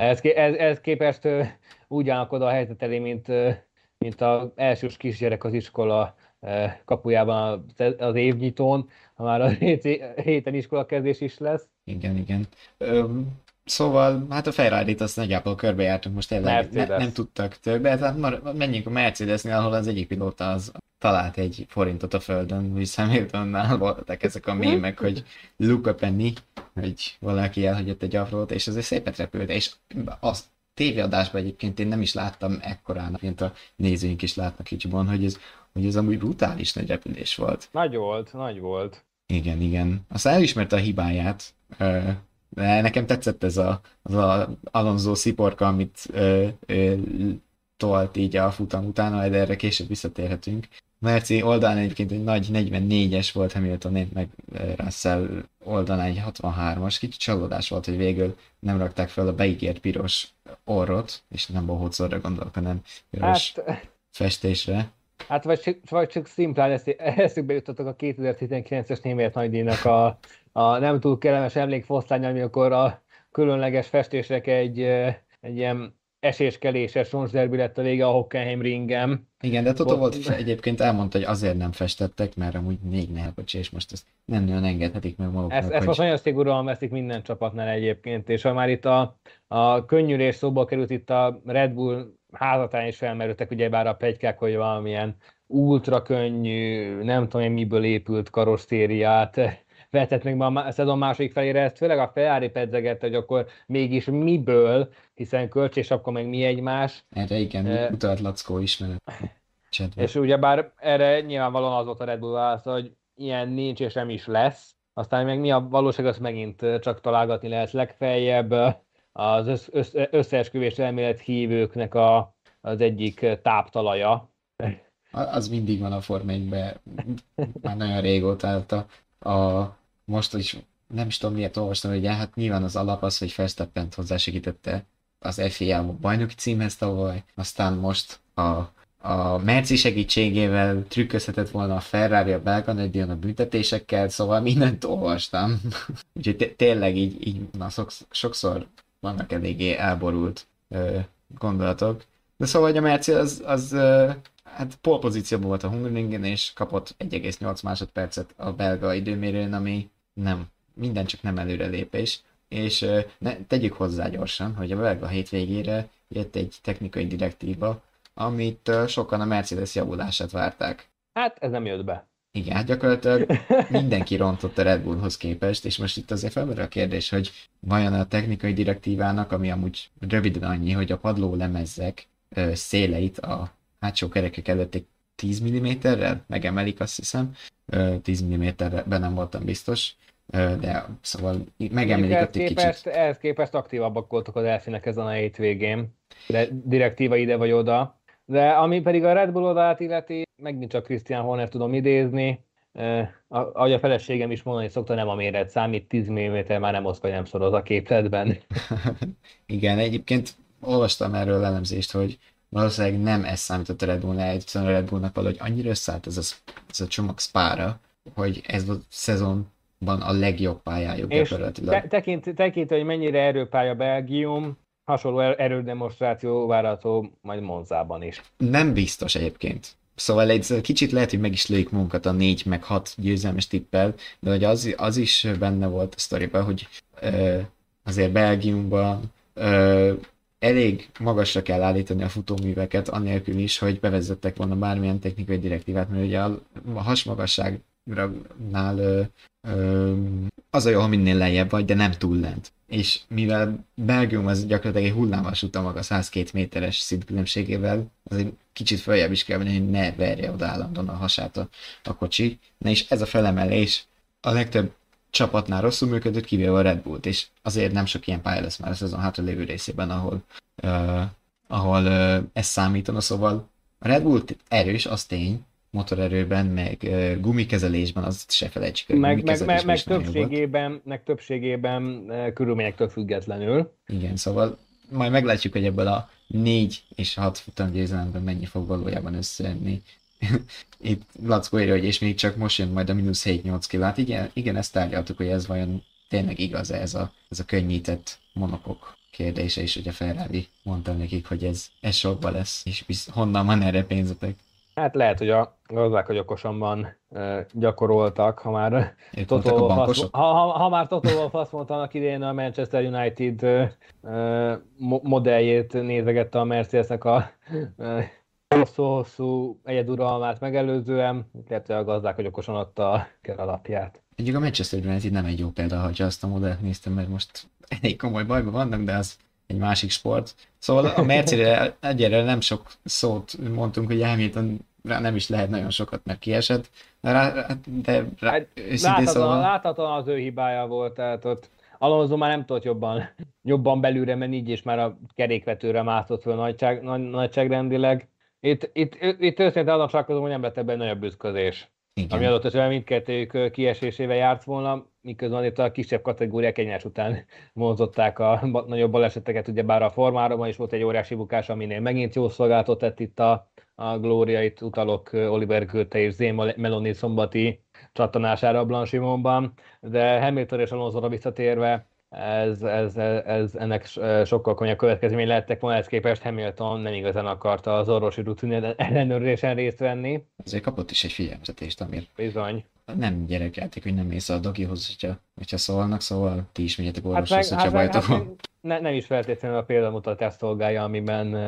ez képest úgy állnak oda a helyzet elé, mint az elsős kisgyerek az iskola kapujában az évnyitón, ha már a héten iskolakezdés is lesz. Igen. Szóval, hát a Ferrari-t azt nagyjából körbejártunk, most tényleg nem tudtak többet, hát menjünk a Mercedesnél, ahol az egyik pilóta az talált egy forintot a földön, Lewis Hamiltonnál voltak ezek a mémek, hogy look a penny, hogy valaki elhagyott egy afrót, és azért szépet repült, és a tévéadásban egyébként én nem is láttam ekkorának, mint a nézőink is látnak kicsiban, hogy ez amúgy brutális nagy repülés volt. Nagy volt. Igen. Aztán elismerte a hibáját, de nekem tetszett ez az Alonso sziporka, amit tolt így a futam utána, de erre később visszatérhetünk. Merci oldalán egyébként egy nagy 44-es volt Hamilton, meg Russell oldalán egy 63-as. Kicsit csalódás volt, hogy végül nem rakták fel a beígért piros orrot, és nem bohócorra gondolok, hanem piros festésre. Hát vagy csak szimplán eszükbe juttatok a 2019-es német nagydíjnak a nem túl kellemes emlékfoszlány, amikor a különleges festésnek egy ilyen eséskeléses roncsderbi lett a vége a Hockenheim ringen. Igen, de Toto volt egyébként elmondta, hogy azért nem festettek, mert amúgy még nehezkocsi, és most ezt nem nagyon engedhetik meg maguknak. Ezt most nagyon szigorúan veszik minden csapatnál egyébként, és ha már itt a könnyűlés szóba került, itt a Red Bull házatán is felmerültek, ugyebár a pletykák, hogy valamilyen ultra könnyű, nem tudom én miből épült karosszériát vetetnek be a szezon második felére, ezt főleg a Ferrari pedzegette, hogy akkor mégis miből, hiszen Kölcs és akkor meg mi egymás. Erre igen, utalt Lackó ismeret. És ugyebár erre nyilvánvalóan az volt a Red Bull válasz, hogy ilyen nincs és nem is lesz. Aztán meg mi a valóság, azt megint csak találgatni lehet legfeljebb. Az összeesküvés elmélet hívőknek az egyik táptalaja. Az mindig van a Forma 1-ben, már nagyon régóta. most is nem is tudom miért olvastam, hogy hát nyilván az alap az, hogy Verstappent hozzásegítette az FIA bajnoki címhez tavaly, aztán most a Merci segítségével trükközhetett volna a Ferrari a belga nagydíjon a büntetésekkel, szóval mindent olvastam. Úgyhogy tényleg így sokszor vannak eléggé elborult gondolatok. De szóval, hogy a Merci hát pole pozícióban volt a Hungaroringen, és kapott 1,8 másodpercet a belga időmérőn, ami minden csak nem előrelépés. És tegyük hozzá gyorsan, hogy a belga hétvégére jött egy technikai direktíva, amit sokan a Mercedes javulását várták. Hát ez nem jött be. Igen, hát gyakorlatilag mindenki rontott a Red Bullhoz képest, és most itt azért felmerül a kérdés, hogy vajon a technikai direktívának, ami amúgy röviden annyi, hogy a padló lemezek széleit a hátsó kerekek előtt egy 10 mm-rel megemelik, azt hiszem. 10 mm-ben nem voltam biztos, de szóval megemelik ott egy kicsit. Ehhez képest aktívabbak voltak az elszínek ezen a hétvégén. De direktíva ide vagy oda. De ami pedig a Red Bull oldalát illeti, megint csak Christian Horner tudom idézni, ahogy a feleségem is mondani szokta, nem a méret számít, 10 mm már nem oszk, vagy nem szoroz a képletben. Igen, egyébként olvastam erről elemzést, hogy valószínűleg nem ez számított a Red Bullnál, egyszerűen a Red Bullnak valahogy annyira összeállt ez a csomag Spa-ra, hogy ez a szezonban a legjobb pályájuk gyakorlatilag. Tekintve, hogy mennyire erőpálya Belgium, hasonló erődemonstráció várható majd Monzában is. Nem biztos egyébként. Szóval egy kicsit lehet, hogy meg is lőjük munkat a 4 meg 6 győzelmes tippel, de hogy az is benne volt a sztoriban, hogy azért Belgiumban elég magasra kell állítani a futóműveket, anélkül is, hogy bevezettek volna bármilyen technikai direktívát, mert ugye a hasmagasságnál az a jó, ha minél lejjebb vagy, de nem túl lent. És mivel Belgium az gyakorlatilag egy hullámvasút a maga 102 méteres szintkülönbségével, az egy kicsit följebb is kell venni, hogy ne verje oda állandóan a hasát a kocsi. Na és ez a felemelés a legtöbb csapatnál rosszul működött, kivéve a Red Bullt, és azért nem sok ilyen pálya lesz már a szezon hátralévő részében, ahol ez számítana, szóval a Red Bull erős, az tény, motorerőben, meg gumikezelésben, azt se felejtsük. Meg többségében körülményektől függetlenül. Igen, szóval majd meglátjuk, hogy ebből a 4 és 6 futamgyőzelemben mennyi fog valójában összejönni. Itt Lackó írja, hogy és még csak most jön majd a -7-8 kg. Hát igen, ezt tárgyaltuk, hogy ez vajon tényleg igaz ez a könnyített monokok kérdése is, hogy a Ferrari mondta nekik, hogy ez sokba lesz, és honnan van erre pénzetek? Hát lehet, hogy a gazdák, hogy okosonban gyakoroltak, ha már Toto Wolff azt mondta annak idején a Manchester United modelljét nézegette a Mercedesnek a hosszú egyeduralmát megelőzően, lehet, hogy a gazdák, hogy okosan adta a alapját. Egyébként a Manchester United nem egy jó példa, ha azt a modellt néztem, mert most elég komoly bajban vannak, de az egy másik sport. Szóval a Mercedes egyre nem sok szót mondtunk, hogy Hamilton nem is lehet nagyon sokat, mert kiesett. Láthatóan az ő hibája volt, tehát ott Alonso már nem tudott jobban belülre menni, így és már a kerékvetőre mászott föl nagyságrendileg. Itt őszintén adapsálkozom, hogy nem lett ebben nagyobb ütközés. Igen. Ami adott esetben mindkettőjük kiesésével járt volna, miközben itt a kisebb kategóriák egymás után vonzották a nagyobb baleseteket, ugyebár a Forma 3-ban is volt egy óriási bukás, aminél megint jó szolgáltat tett itt a Glória, itt utalok Oliver Goethe és Zé Meloni szombati csattanására a Blanchimonban, de Hamilton és Alonso-ra visszatérve, ennek sokkal komolyabb következmény lehettek volna, ehhez képest Hamilton nem igazán akarta az orvosi rutin ellenőrzésen részt venni. Azért kapott is egy figyelmeztetést, amire bizony. Nem gyerekjáték, hogy nem mész a dogihoz, hogyha szólnak, szóval ti is menjetek orvoshoz, hogyha bajotok van. Nem is feltétlenül a példamutatás szolgálja, amiben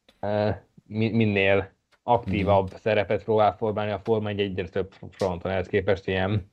minél aktívabb szerepet próbál formálni a Forma 1 egyre több fronton, ehhez képest ilyen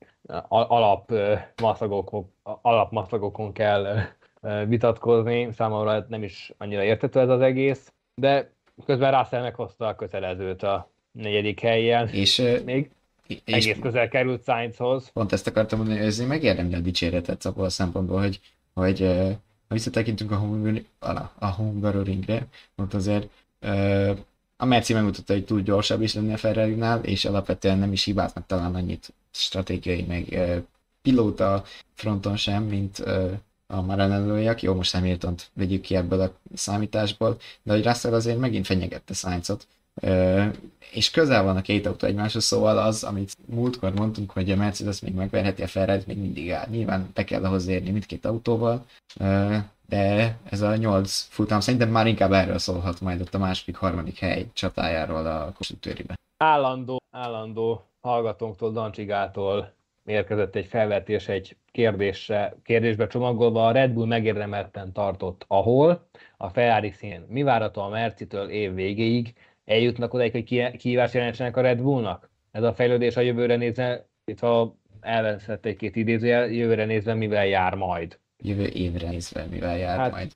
alapmaszlagokon kell vitatkozni. Számomra nem is annyira érthető ez az egész, de közben Russell meghozta a kötelezőt a 4. helyen, és még egész közel került Sainzhoz. Pont ezt akartam mondani, hogy ez megérdemli a dicséretet abból a szempontból, hogy ha visszatekintünk a Hungaroringre, ott azért a Merci megmutatta, hogy túl gyorsabb is lenni a Ferrari-nál, és alapvetően nem is hibáznak talán annyit stratégiai, meg pilóta fronton sem, mint a Maranello-jak. Jó, most Hamiltont vegyük ki ebből a számításból, de hogy Russell azért megint fenyegette Sainzot, és közel van a két autó egymáshoz, szóval az, amit múltkor mondtunk, hogy a Mercedes még megverheti a Ferrari-t, még mindig áll. Nyilván be kell ahhoz érni mindkét autóval, de ez a 8 futam szerintem már inkább erről szólhat majd ott a második, harmadik hely csatájáról a konstruktőriben. Állandó hallgatónktól, Dancsigától érkezett egy felvetés, egy kérdésbe csomagolva, a Red Bull megérdemelten tartott, ahol a Ferrari szín. Mi várható a Mercitől év végéig? Eljutnak odaig, hogy kihívást jelentsenek a Red Bullnak? Ez a fejlődés a jövőre nézve, itt ha elveszett egy-két idézőjel, jövőre nézve mivel jár majd? Jövő évre nézve mivel jár majd?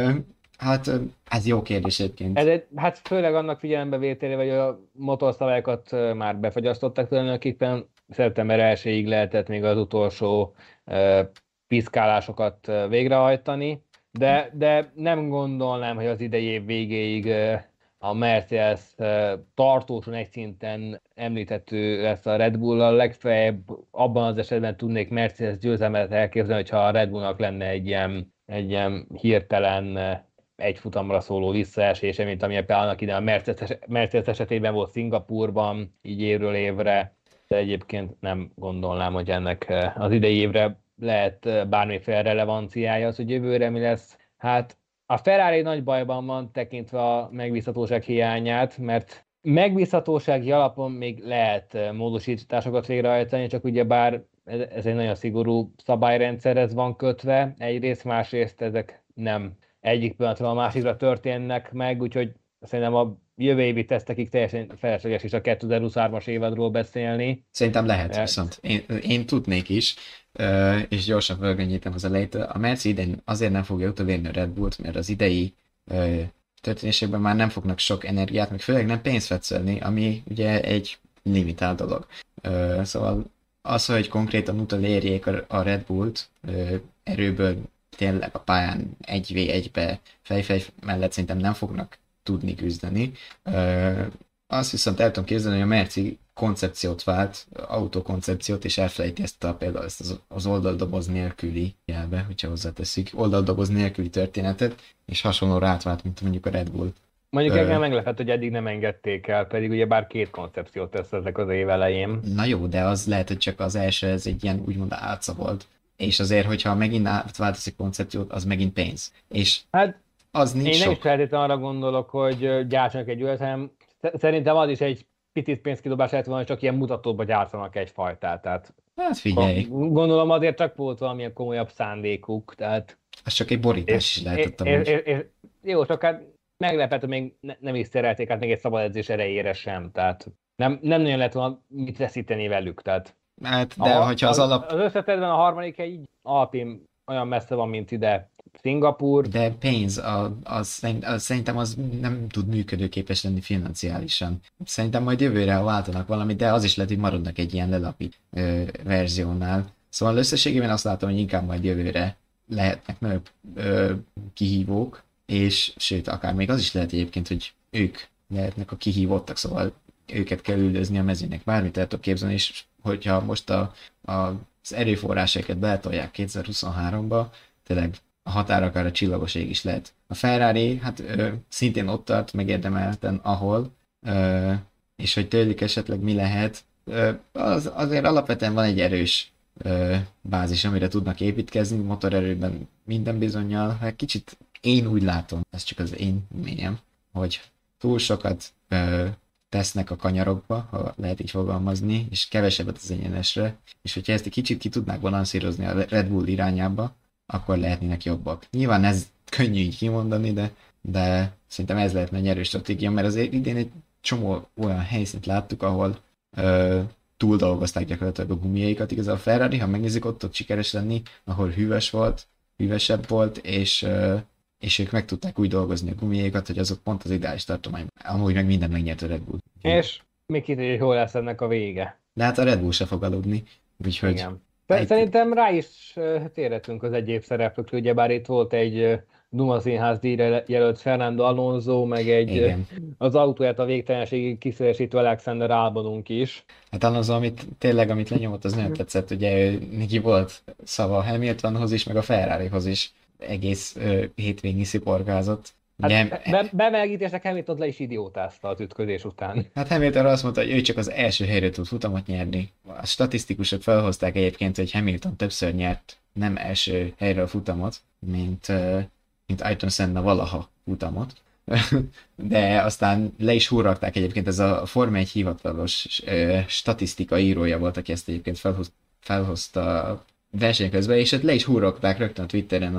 Ez jó kérdés egyébként. Hát főleg annak figyelembevételével, hogy a motorszabályokat már befagyasztották tulajdonképpen, szeptember 1-ig lehetett még az utolsó piszkálásokat végrehajtani, de nem gondolnám, hogy az idei év végéig a Mercedes tartósan egy szinten említhető lesz a Red Bull-al, legfeljebb abban az esetben tudnék Mercedes győzelmet elképzelni, hogyha a Red Bullnak lenne egy ilyen hirtelen egy futamra szóló visszaesése, mint amilyen például annak idején a Mercedes esetében volt Szingapurban, így évről évre, de egyébként nem gondolnám, hogy ennek az idei évre lehet bármiféle relevanciája, az, hogy jövőre mi lesz. Hát a Ferrari nagy bajban van, tekintve a megbízhatóság hiányát, mert megbízhatósági alapon még lehet módosításokat végrehajtani, csak ugyebár ez egy nagyon szigorú szabályrendszerhez van kötve, egyrészt, másrészt ezek nem egyik pillanatban a másikra történnek meg, úgyhogy szerintem a jövő évi tesztekig teljesen felesleges is a 2023-as évadról beszélni. Szerintem lehet, viszont én tudnék is, és gyorsan fölgönnyítem az elejét. A Merci idén azért nem fogja utolérni a Red Bullt, mert az idei történésekben már nem fognak sok energiát, meg főleg nem pénzt fetszelni, ami ugye egy limitált dolog. Szóval az, hogy konkrétan utolérjék a Red Bullt erőből tényleg a pályán 1v1-be fej mellett szerintem nem fognak tudni küzdeni. Azt viszont el tudom képzelni, hogy a Merci koncepciót vált, autókoncepciót, és elfelejti például ezt az oldaldoboz nélküli jelbe, hogyha hozzáteszik, oldaldoboz nélküli történetet, és hasonlóra átvált, mint mondjuk a Red Bull. Mondjuk engem meglepett, hogy eddig nem engedték el, pedig ugye bár 2 koncepciót tesznek az év elején. Na jó, de az lehet, hogy csak az első, ez egy ilyen úgymond álca volt. És azért, hogyha megint átváltozik koncepciót, az megint pénz. És hát az nincs én sok. nem is feltétlenül arra gondolok, hogy gyártsanak egy olyat, hanem szerintem az is egy picit pénzkidobás lehet volna, hogy csak ilyen mutatóba gyártanak egyfajtát. Tehát hát figyelj. Gondolom azért csak volt valamilyen komolyabb szándékuk. Tehát az csak egy borítás is lehetett amúgy. Jó, csak hát meglepett, hogy még nem is szerelték át még egy szabad edzés erejére sem. Tehát nem nagyon lehet volna mit veszíteni velük. Tehát hát, de hogyha az alap... Az összetetben a harmadik hely így Alpin olyan messze van, mint ide Szingapur. De pénz, szerintem az nem tud működőképes lenni financiálisan. Szerintem majd jövőre váltanak valamit, de az is lehet, hogy maradnak egy ilyen lelapít verziónál. Szóval összességében azt látom, hogy inkább majd jövőre lehetnek nagyobb kihívók, és sőt, akár még az is lehet egyébként, hogy ők lehetnek a kihívottak, szóval őket kell üldözni a mezőnek. Bármit el tudok képzelni, és hogyha most az erőforrásaikat beletolják 2023-ba, tényleg a határ akár a csillagos ég is lehet. A Ferrari, hát szintén ott tart megérdemelten, ahol, és hogy tőlük esetleg mi lehet, azért alapvetően van egy erős bázis, amire tudnak építkezni, motorerőben minden bizonnyal. Hát kicsit én úgy látom, ez csak az én ményem, hogy túl sokat tesznek a kanyarokba, ha lehet így fogalmazni, és kevesebbet az egyenesre, és hogyha ezt egy kicsit ki tudnák balanszírozni a Red Bull irányába, akkor lehetnének jobbak. Nyilván ez könnyű így kimondani, de szerintem ez lehetne egy erős stratégia, mert azért idén egy csomó olyan helyszínt láttuk, ahol túl dolgozták gyakorlatilag a gumiaikat. Igaz, a Ferrari, ha megnézzük, ott sikeres lenni, ahol hűvösebb volt, és ők meg tudták úgy dolgozni a gumiaikat, hogy azok pont az ideális tartományban. Amúgy meg minden megnyert a Red Bull. És mi kiderül, hogy hol lesz ennek a vége. De hát a Red Bull se fog aludni, úgyhogy... Igen. Szerintem rá is térhetünk az egyéb szereplőkre, ugyebár itt volt egy Duma Színház díjra jelölt Fernando Alonso, meg Igen. az autóját a végtelenségig kiszélesítő Alexander Albonunk is. Hát Alonso, amit lenyomott, az nagyon tetszett, ugye neki volt szava a Hamiltonhoz is, meg a Ferrarihoz is. Egész hétvégig sziporkázott. Ugye, Hát bemelegítésnek Hamilton le is idiótázta az ütközés után. hát Hamiltonra azt mondta, hogy ő csak az első helyről tud futamot nyerni. A statisztikusok felhozták egyébként, hogy Hamilton többször nyert nem első helyről futamot, mint Ayrton Senna valaha futamot. De aztán le is hurragták egyébként, ez a Forma 1 hivatalos statisztika írója volt, aki ezt egyébként felhozta a verseny közben, és ott le is hurragták rögtön a Twitteren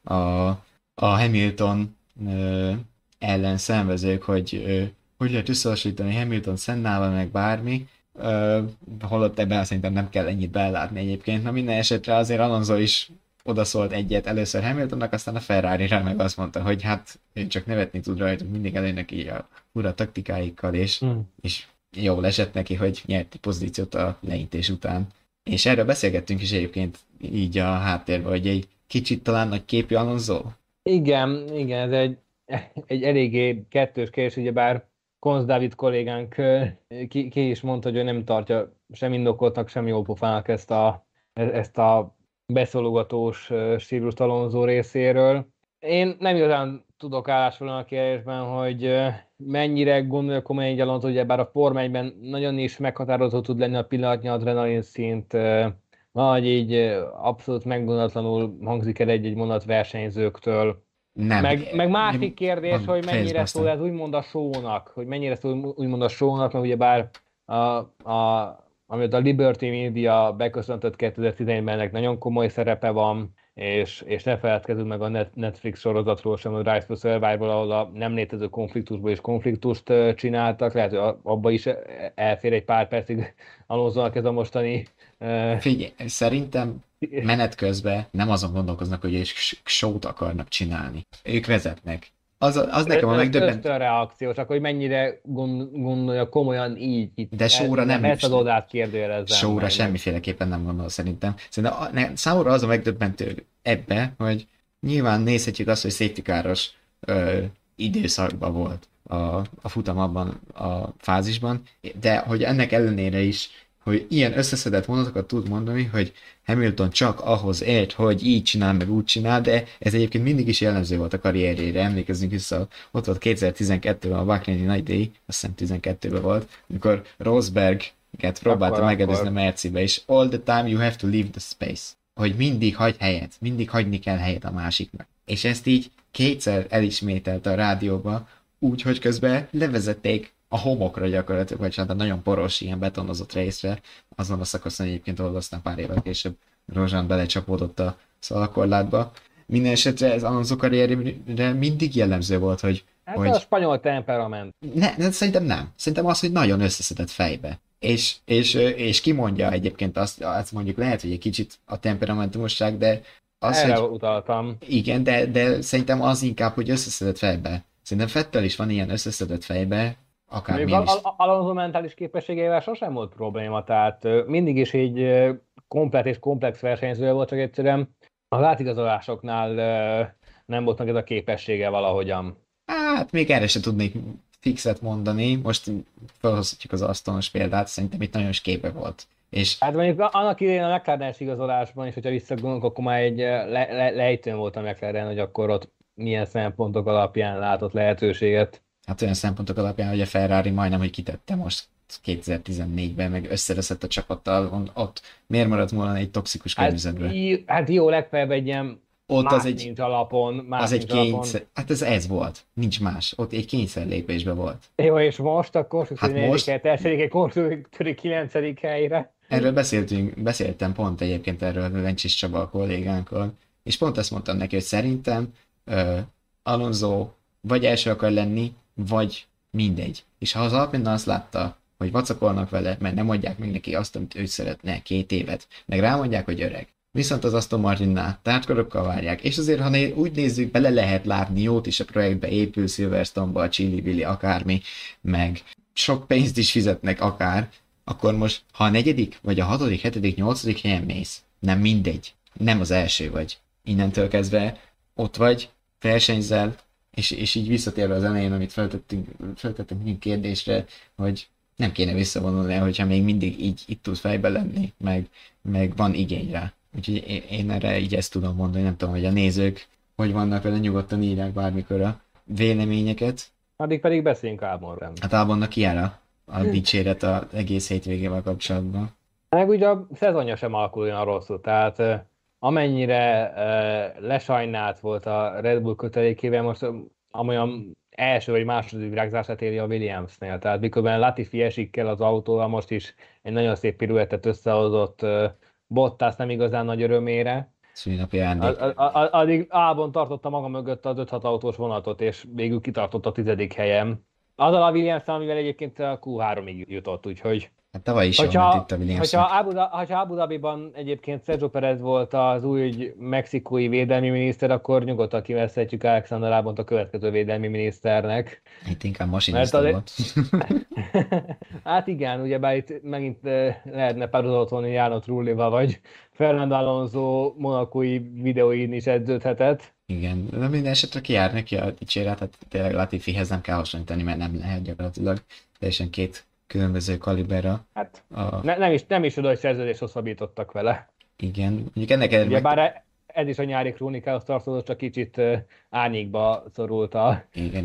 a Hamilton ellen szenvezők, hogy lehet összehasonlítani Hamilton Sennával, meg bármi, holott ebben szerintem nem kell ennyit belátni egyébként. Na minden esetre azért Alonso is odaszólt egyet először Hamiltonnak, aztán a Ferrari-ra meg azt mondta, hogy hát ő csak nevetni tud rajta, mindig előnek így a ura taktikáikkal, és jól esett neki, hogy nyerti pozíciót a leintés után. És erről beszélgettünk is egyébként így a háttérben, hogy egy kicsit talán nagy képű Alonso. Igen, ez egy eléggé kettős kérdés, ugyebár Konz Dávid kollégánk ki is mondta, hogy ő nem tartja sem indokoltnak, sem jól pofának ezt a beszólogatós stílust Alonso részéről. Én nem igazán tudok állásfoglalni a kérdésben, hogy mennyire gondolja komolyan egy Alonso, ugyebár a Forma 1-ben nagyon is meghatározó tud lenni a pillanatnyi adrenalin szint, vagy így abszolút meggondolatlanul hangzik el egy mondat versenyzőktől. Nem. Meg másik kérdés, hogy mennyire szól ez úgymond a show-nak, mert ugyebár amit a Liberty Media beköszöntött 2011-ben, ennek nagyon komoly szerepe van, és ne feledkezzünk meg a Netflix sorozatról sem, a Rise to Survival, ahol a nem létező konfliktusból is konfliktust csináltak, lehet, hogy abba is elfér egy pár percig Alonsonak ez a mostani... Figyelj, szerintem menet közben nem azon gondolkoznak, hogy egy show-t akarnak csinálni. Ők vezetnek. Az nekem a megdöbbentő. Reakció, csak hogy mennyire gondolja komolyan így. De showra nem. Ezt az oldalt kérdőjelezem. Showra semmiféleképpen nem gondol szerintem. Szerintem számomra az a megdöbbentő ebbe, hogy nyilván nézhetjük azt, hogy safety car-os időszakban volt a futam abban a fázisban, de hogy ennek ellenére is, hogy ilyen összeszedett mondatokat tud mondani, hogy Hamilton csak ahhoz ért, hogy így csinál, meg úgy csinál, de ez egyébként mindig is jellemző volt a karrierjére. Emlékezzünk vissza, ott volt 2012-ben a Bahreini nagy díj, azt hiszem 12-ben volt, amikor Rosberget próbálta megelőzni a Mercibe, és all the time you have to leave the space. Hogy mindig hagy helyet, mindig hagyni kell helyet a másiknak. És ezt így kétszer elismételte a rádióba, úgy, hogy közben levezették a homokra gyakorlatilag, vagy hát a nagyon poros, ilyen betonozott részre, azon a szakaszon egyébként, ahol aztán pár évvel később Grosjean belecsapódott a szalakorlátba. Minden esetre ez Alonso karrierére mindig jellemző volt, hogy... Hát a spanyol temperament. Szerintem nem. Szerintem az, hogy nagyon összeszedett fejbe. És kimondja egyébként azt mondjuk lehet, hogy egy kicsit a temperamentumosság, de az, erre hogy... utaltam. Igen, de szerintem az inkább, hogy összeszedett fejbe. Szerintem Vettel is van ilyen összeszedett fejbe, akármilyen is. Alonso mentális képességeivel sosem volt probléma, tehát mindig is egy komplet és komplex versenyző volt, csak egyszerűen az átigazolásoknál nem volt meg ez a képessége valahogyan. Hát még erre sem tudnék fixet mondani, most felhozhatjuk az Astonos példát, szerintem itt nagyon is képe volt. És... Hát mondjuk annak idején a McLaren-es igazolásban is, hogyha visszagondolunk, akkor már egy lejtőn volt a McLaren, hogy akkor ott milyen szempontok alapján látott lehetőséget. Hát olyan szempontok alapján, hogy a Ferrari majdnem, hogy kitette most 2014-ben, meg összereszett a csapattal, ott miért maradt volna egy toxikus környezetben? Hát jó, legfeljebb egy ilyen ott az egy alapon. Az egy kényszer, hát ez volt, nincs más, ott egy kényszer lépésben volt. Jó, és most akkor hát most egy konstruktőri 9. helyre. Erről beszéltem pont egyébként erről Lencsis Csaba a kollégánkkal, és pont ezt mondtam neki, hogy szerintem Alonso vagy első akar lenni, vagy mindegy. És ha az Alpine azt látta, hogy vacakolnak vele, mert nem adják meg neki azt, amit ő szeretne 2 évet, meg rámondják, hogy öreg. Viszont az Aston Martinnál tártkorokkal várják, és azért, ha úgy nézzük, bele lehet látni jót is a projektbe, épül Silverstone-ba, a Chili Billy, akármi, meg sok pénzt is fizetnek akár, akkor most, ha a 4., vagy a 6., 7., 8. helyen mész, nem mindegy, nem az első vagy. Innentől kezdve ott vagy, versenyzel, és így visszatérve az elején, amit feltettünk mindent kérdésre, hogy nem kéne visszavonulni, hogyha még mindig így itt tud fejbe lenni, meg van igény rá. Úgyhogy én erre így ezt tudom mondani, nem tudom, hogy a nézők hogy vannak vele, nyugodtan írják bármikor a véleményeket. Addig pedig beszéljünk Albonról. Hát Albonnak ki jár a dicséret az egész hétvégével kapcsolatban. Meg ugye a szezonja sem alakul olyan rosszul, tehát amennyire lesajnált volt a Red Bull kötelékével, most amolyan első vagy második virágzását éri a Williamsnél, tehát miközben Latifi esik el az autóval, most is egy nagyon szép piruettet összehozott Bottas nem igazán nagy örömére. Szülinapi ajándék. Addig Albon tartotta maga mögött az 5-6 autós vonatot, és végül kitartott a 10. helyen. Azzal a Williams-tal, amivel egyébként a Q3-ig jutott, úgyhogy... Hát tavaly is jól ment itt a Williams. Ha Abu Dhabiban egyébként Sergio Perez volt az új mexikói védelmi miniszter, akkor nyugodtan kivezhetjük Alexander Albont a következő védelmi miniszternek. Itt inkább masinista volt. Hát igen, ugyebár itt megint lehetne párhuzamot vonni Jarno Trullival, vagy Fernando Alonso monakói videóin is edződhetett. Igen, de minden esetre kijár neki a dicséret, hát tényleg Latifihez nem kell hasonlítani, mert nem lehet gyakorlatilag. Teljesen két különböző kaliberra. Hát nem is oda, hogy szerződést hosszabbítottak vele. Igen, mondjuk ennek ellenére... Bár ez is a nyári krónikához tartozott, csak kicsit árnyékba szorult a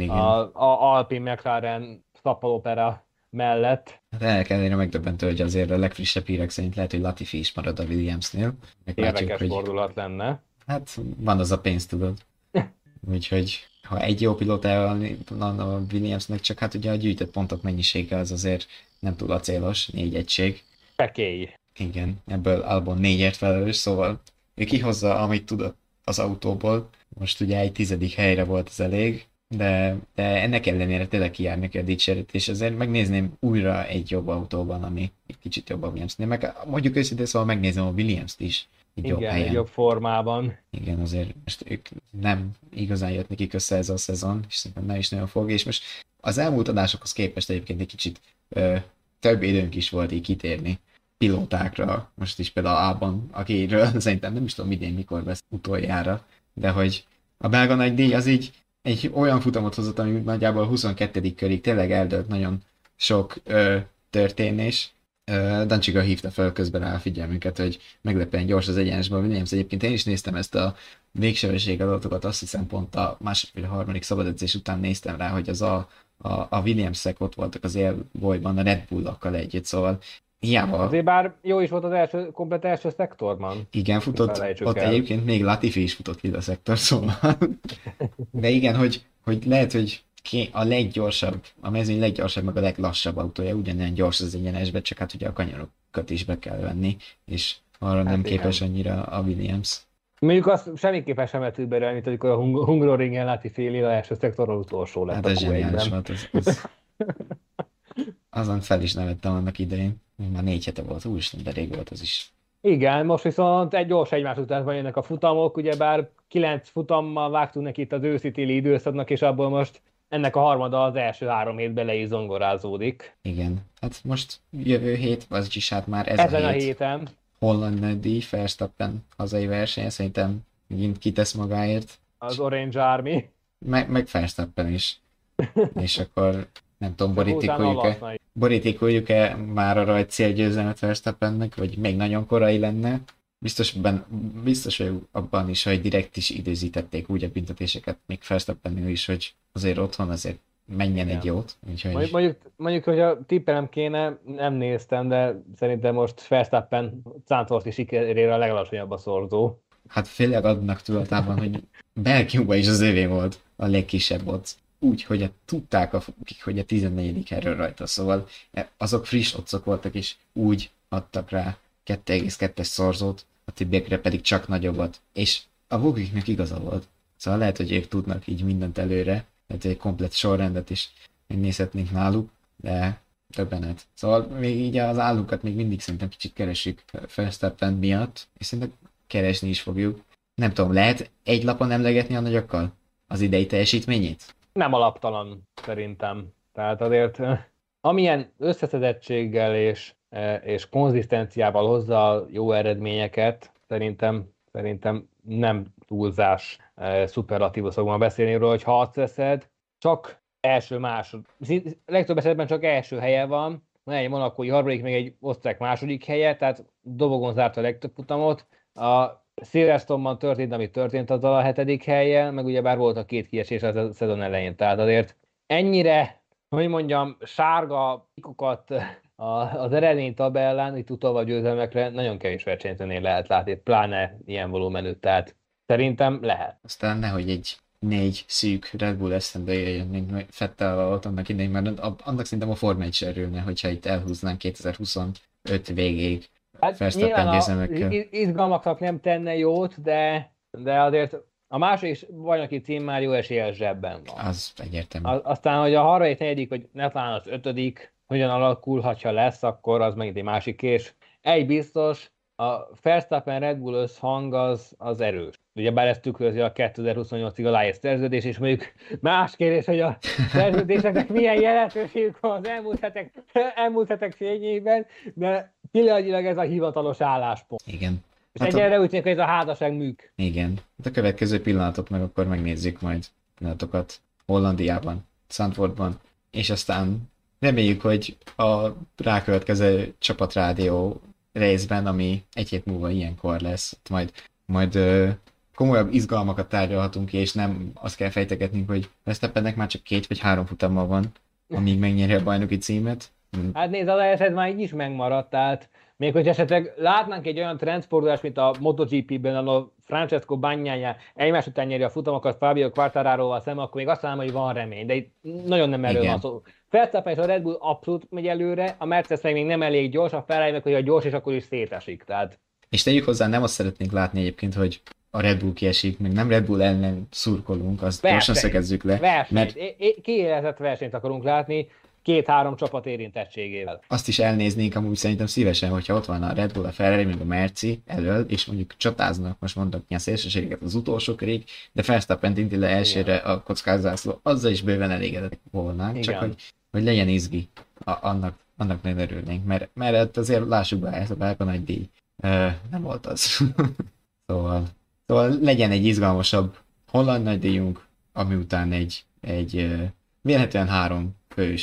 Alpine McLaren szappalopera mellett. Hát ennek ellenére megdöbbentő, hogy azért a legfrissebb hírek szerint lehet, hogy Latifi is marad a Williamsnél. Érdekes fordulat lenne. Hát van az a pénz, tudod. Úgyhogy ha egy jó pilótával van a Williamsnek, csak hát ugye a gyűjtött pontok mennyisége az azért nem túl acélos, 4 egység. Pekély. Igen, ebből Albon 4-ért felelős, szóval ő kihozza, amit tud az autóból. Most ugye egy 10. helyre volt az elég, de ennek ellenére tényleg kijár neki a dicséret, és azért megnézném újra egy jobb autóban, ami egy kicsit jobb a Williamsnél. Meg mondjuk őszintén, szóval megnézem a Williamst is. Egy jobb formában. Igen, azért most ők nem igazán jött nekik össze ez a szezon, és szerintem nem is nagyon fog, és most az elmúlt adásokhoz képest egyébként egy kicsit több időnk is volt így kitérni pilótákra, most is például Albon, akiről szerintem nem is tudom idén mikor vesz utoljára, de hogy a belga nagy díj az így egy olyan futamot hozott, ami nagyjából a 22. körig tényleg eldőlt nagyon sok történés. Dancsika hívta fel közben rá a figyelmünket, hogy meglepően gyors az egyenesben Williams. Egyébként én is néztem ezt a végsebesség adatokat, azt hiszem pont a második vagy a harmadik szabadedzés után néztem rá, hogy az a Williams-ek ott voltak az élbolyban a Red Bull-akkal együtt, szóval hiába... Azért bár jó is volt az komplet első szektorban. Igen, futott, ott egyébként még Latifi is futott ki a szektor, szóval... De igen, hogy lehet, hogy a leggyorsabb, a mezőny leggyorsabb, meg a leglassabb autója ugyanilyen gyors az egyenesbe, csak hát ugye a kanyarokat is be kell venni, és arra nem képes annyira a Williams. Mondjuk azt semmiképpen sem lehet überelni, mint amikor a Hungaroringen Latifi Lila első szektorról utolsó lett. Hát ez zseniális volt. Azon fel is nevettem annak idején. Már 4 hete volt, úristen, de rég volt az is. Igen, most viszont egy gyors egymás után jönnek a futamok, ugyebár 9 futammal vágtunk neki itt az őszi-téli időszaknak, és abból most ennek a harmada az első 3 hétben le is zongorázódik. Igen, hát most jövő hét, vagyis hát már ezen a héten. Holland nagydíj, Verstappen hazai verseny, szerintem megint kitesz magáért. Az Orange Army. Meg Verstappen is. És akkor nem tudom, borítékoljuk-e már arra egy célgyőzelmet Verstappennek, vagy még nagyon korai lenne. Biztos vagyok abban is, hogy direkt is időzítették úgy a büntetéseket, még Verstappennél is, hogy azért otthon azért menjen egy jót. Úgyhogy... Mondjuk, hogy a tippelem kéne, nem néztem, de szerintem most Verstappen Zandvoorti sikerére a legalacsonyabb a szorzó. Hát főleg adnak tudatában, hogy Belgiumban is az övé volt a legkisebb odds. Úgy, hogy tudták, hogy a 14. helyről rajta, szóval azok friss oddsok voltak, és úgy adtak rá 2,2-es szorzót, a többiekre pedig csak nagyobbat. És a Vogiknek igaza volt. Szóval lehet, hogy ők tudnak így mindent előre, lehet, egy komplett sorrendet is megnézhetnénk náluk, de többenet. Szóval még így az állunkat még mindig szerintem kicsit keresünk Verstappen miatt, és szerintem keresni is fogjuk. Nem tudom, lehet egy lapon emlegetni a nagyokkal az idei teljesítményét? Nem alaptalan, szerintem. Tehát azért amilyen összeszedettséggel és konzisztenciával hozza jó eredményeket, szerintem nem túlzás szuperlatívuszokban beszélni róla, hogy ha azt veszed, csak legtöbb esetben csak első helye van, van egy monakói harmadik, még egy osztrák második helye, tehát dobogon zárt a legtöbb futamot. A Silverstone-ban történt, ami történt azzal a 7. helyen, meg ugyebár volt a 2 kiesés a szezon elején, tehát azért ennyire, hogy mondjam, sárga pikokat az eredménytabellán, itt utalva győzelmekre nagyon kevés versenyzőnél lehet látni, pláne ilyen volumenű, tehát szerintem lehet. Aztán nehogy egy 4 szűk Red Bull eszembe jöjjön, mint Fettel volt annak idején, mert annak szerintem a Forma 1 se örülne, hogyha itt elhúznánk 2025 végéig. Hát nyilván az izgalmaknak nem tenne jót, de azért a második bajnoki cím már jó eséllyel zsebben van. Az egyértelmű. Aztán, hogy a harmadik, negyedik, vagy ne talán az 5. hogyan alakulhat, ha lesz, akkor az megint egy másik kérdés. Egy biztos, a Verstappen Red Bull összhang az erős. Ugyebár ezt tükrözi a 2028-ig aláírt szerződés, és mondjuk más kérdés, hogy a szerződéseknek milyen jelentőségük van az elmúlt hetek fényében, de pillanatnyilag ez a hivatalos álláspont. Igen. És hát egyelőre úgy tűnik, hogy ez a házasság műk. Igen. Hát a következő pillanatot meg akkor megnézzük majd pillanatokat Hollandiában, Zandvoortban, és aztán reméljük, hogy a rákövetkező csapatrádió részben, ami egy hét múlva ilyenkor lesz, majd komolyabb izgalmakat tárgyalhatunk ki, és nem azt kell fejtegetnünk, hogy Verstappennek már csak 2 vagy 3 futama van, amíg megnyeri a bajnoki címet. Hát nézd, az eset már így is megmaradt, tehát még hogy esetleg látnánk egy olyan trendfordulást, mint a MotoGP-ben, ahol Francesco Bagnaia egymás után nyeri a futamokat Fabio Quartararoval szemben, akkor még azt mondom, hogy van remény, de itt nagyon nem erről van szó. Verstappen és a Red Bull abszolút megy előre, a Mercedes meg még nem elég gyors, a Ferrari meg, hogy a gyors, és akkor is szétesik. Tehát... És tegyük hozzá, nem azt szeretnénk látni egyébként, hogy a Red Bull kiesik, meg nem Red Bull ellen szurkolunk, azt gyorsan szögezzük le. Mert kiélezett versenyt akarunk látni, 2-3 csapat érintettségével. Azt is elnéznénk amúgy szerintem szívesen, hogyha ott van a Red Bull, a Ferrari, meg a Merci elől, és mondjuk csatáznak, most mondok ilyen szélsőségeket az utolsó körig, de Verstappen inti le elsőre a kockázászló, azzal is bőven elégedett volnánk, csak hogy legyen izgi, annak nagyon örülnénk, mert azért lássuk be, ez a belga nagy díj nem volt az. Szóval legyen egy izgalmasabb holland nagydíjunk, ami után egy vélhetően 3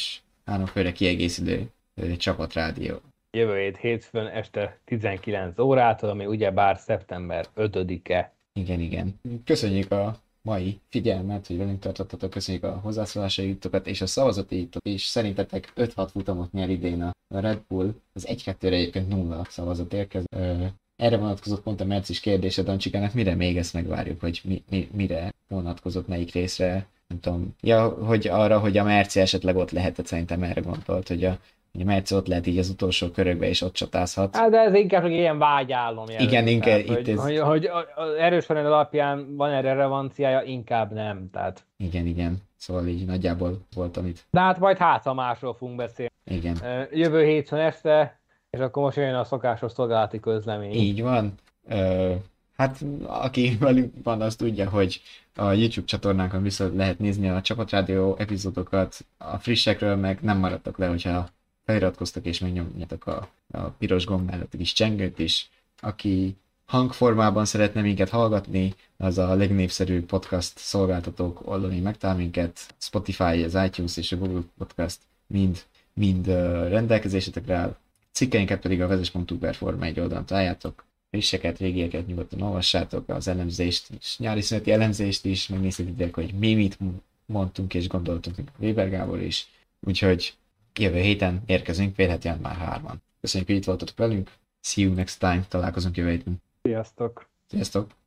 főre kiegészülő csapatrádió. Jövő hétfőn este 19 órától, ami ugyebár szeptember 5-e. Igen. Köszönjük a mai figyelmet, hogy velünk tartottatok, köszönjük a hozzászólásaitokat és a szavazataitokat, és szerintetek 5-6 futamot nyer idén a Red Bull, az 1-2-re egyébként 0 szavazat érkezik. Erre vonatkozott pont a Mercis kérdése Dancsikának, mire még ezt megvárjuk, hogy mire vonatkozott, melyik részre, nem tudom. Ja, hogy arra, hogy a Merci esetleg ott lehetett, szerintem erre gondolt, hogy a Merci ott lehet így az utolsó körökbe, és ott csatázhat. Hát de ez inkább ilyen vágyálom jelent. Igen, inkább itt ez... Hogy az erős felén alapján van erre relevanciája, inkább nem, tehát... Igen. Szóval így nagyjából volt, amit... De hát majd ha másról fogunk beszélni. Igen. Jövő hétfőn este, és akkor most jön a szokásos szolgálati közlemény. Így van. Hát aki velünk van, az tudja, hogy a YouTube csatornánkon vissza lehet nézni a Csapatrádió epizódokat, a frissekről meg nem maradtak le, hogyha feliratkoztak és megnyomjátok a piros gomb mellett a kis csengőt is. Aki hangformában szeretne minket hallgatni, az a legnépszerűbb podcast szolgáltatók oldalon megtalál minket, Spotify, az iTunes és a Google Podcast mind rendelkezésetekre áll. Cikkeinket pedig a vezes.hu Forma 1 oldalon találjátok. Frisseket, régieket nyugodtan olvassátok, az elemzést és nyári szüneti elemzést is, megnézhetitek, hogy mi mit mondtunk és gondoltunk Weber Gábor is. Úgyhogy jövő héten érkezünk, vélhetően már 3-an. Köszönjük, hogy itt voltatok velünk. See you next time. Találkozunk jövő héten. Sziasztok! Sziasztok!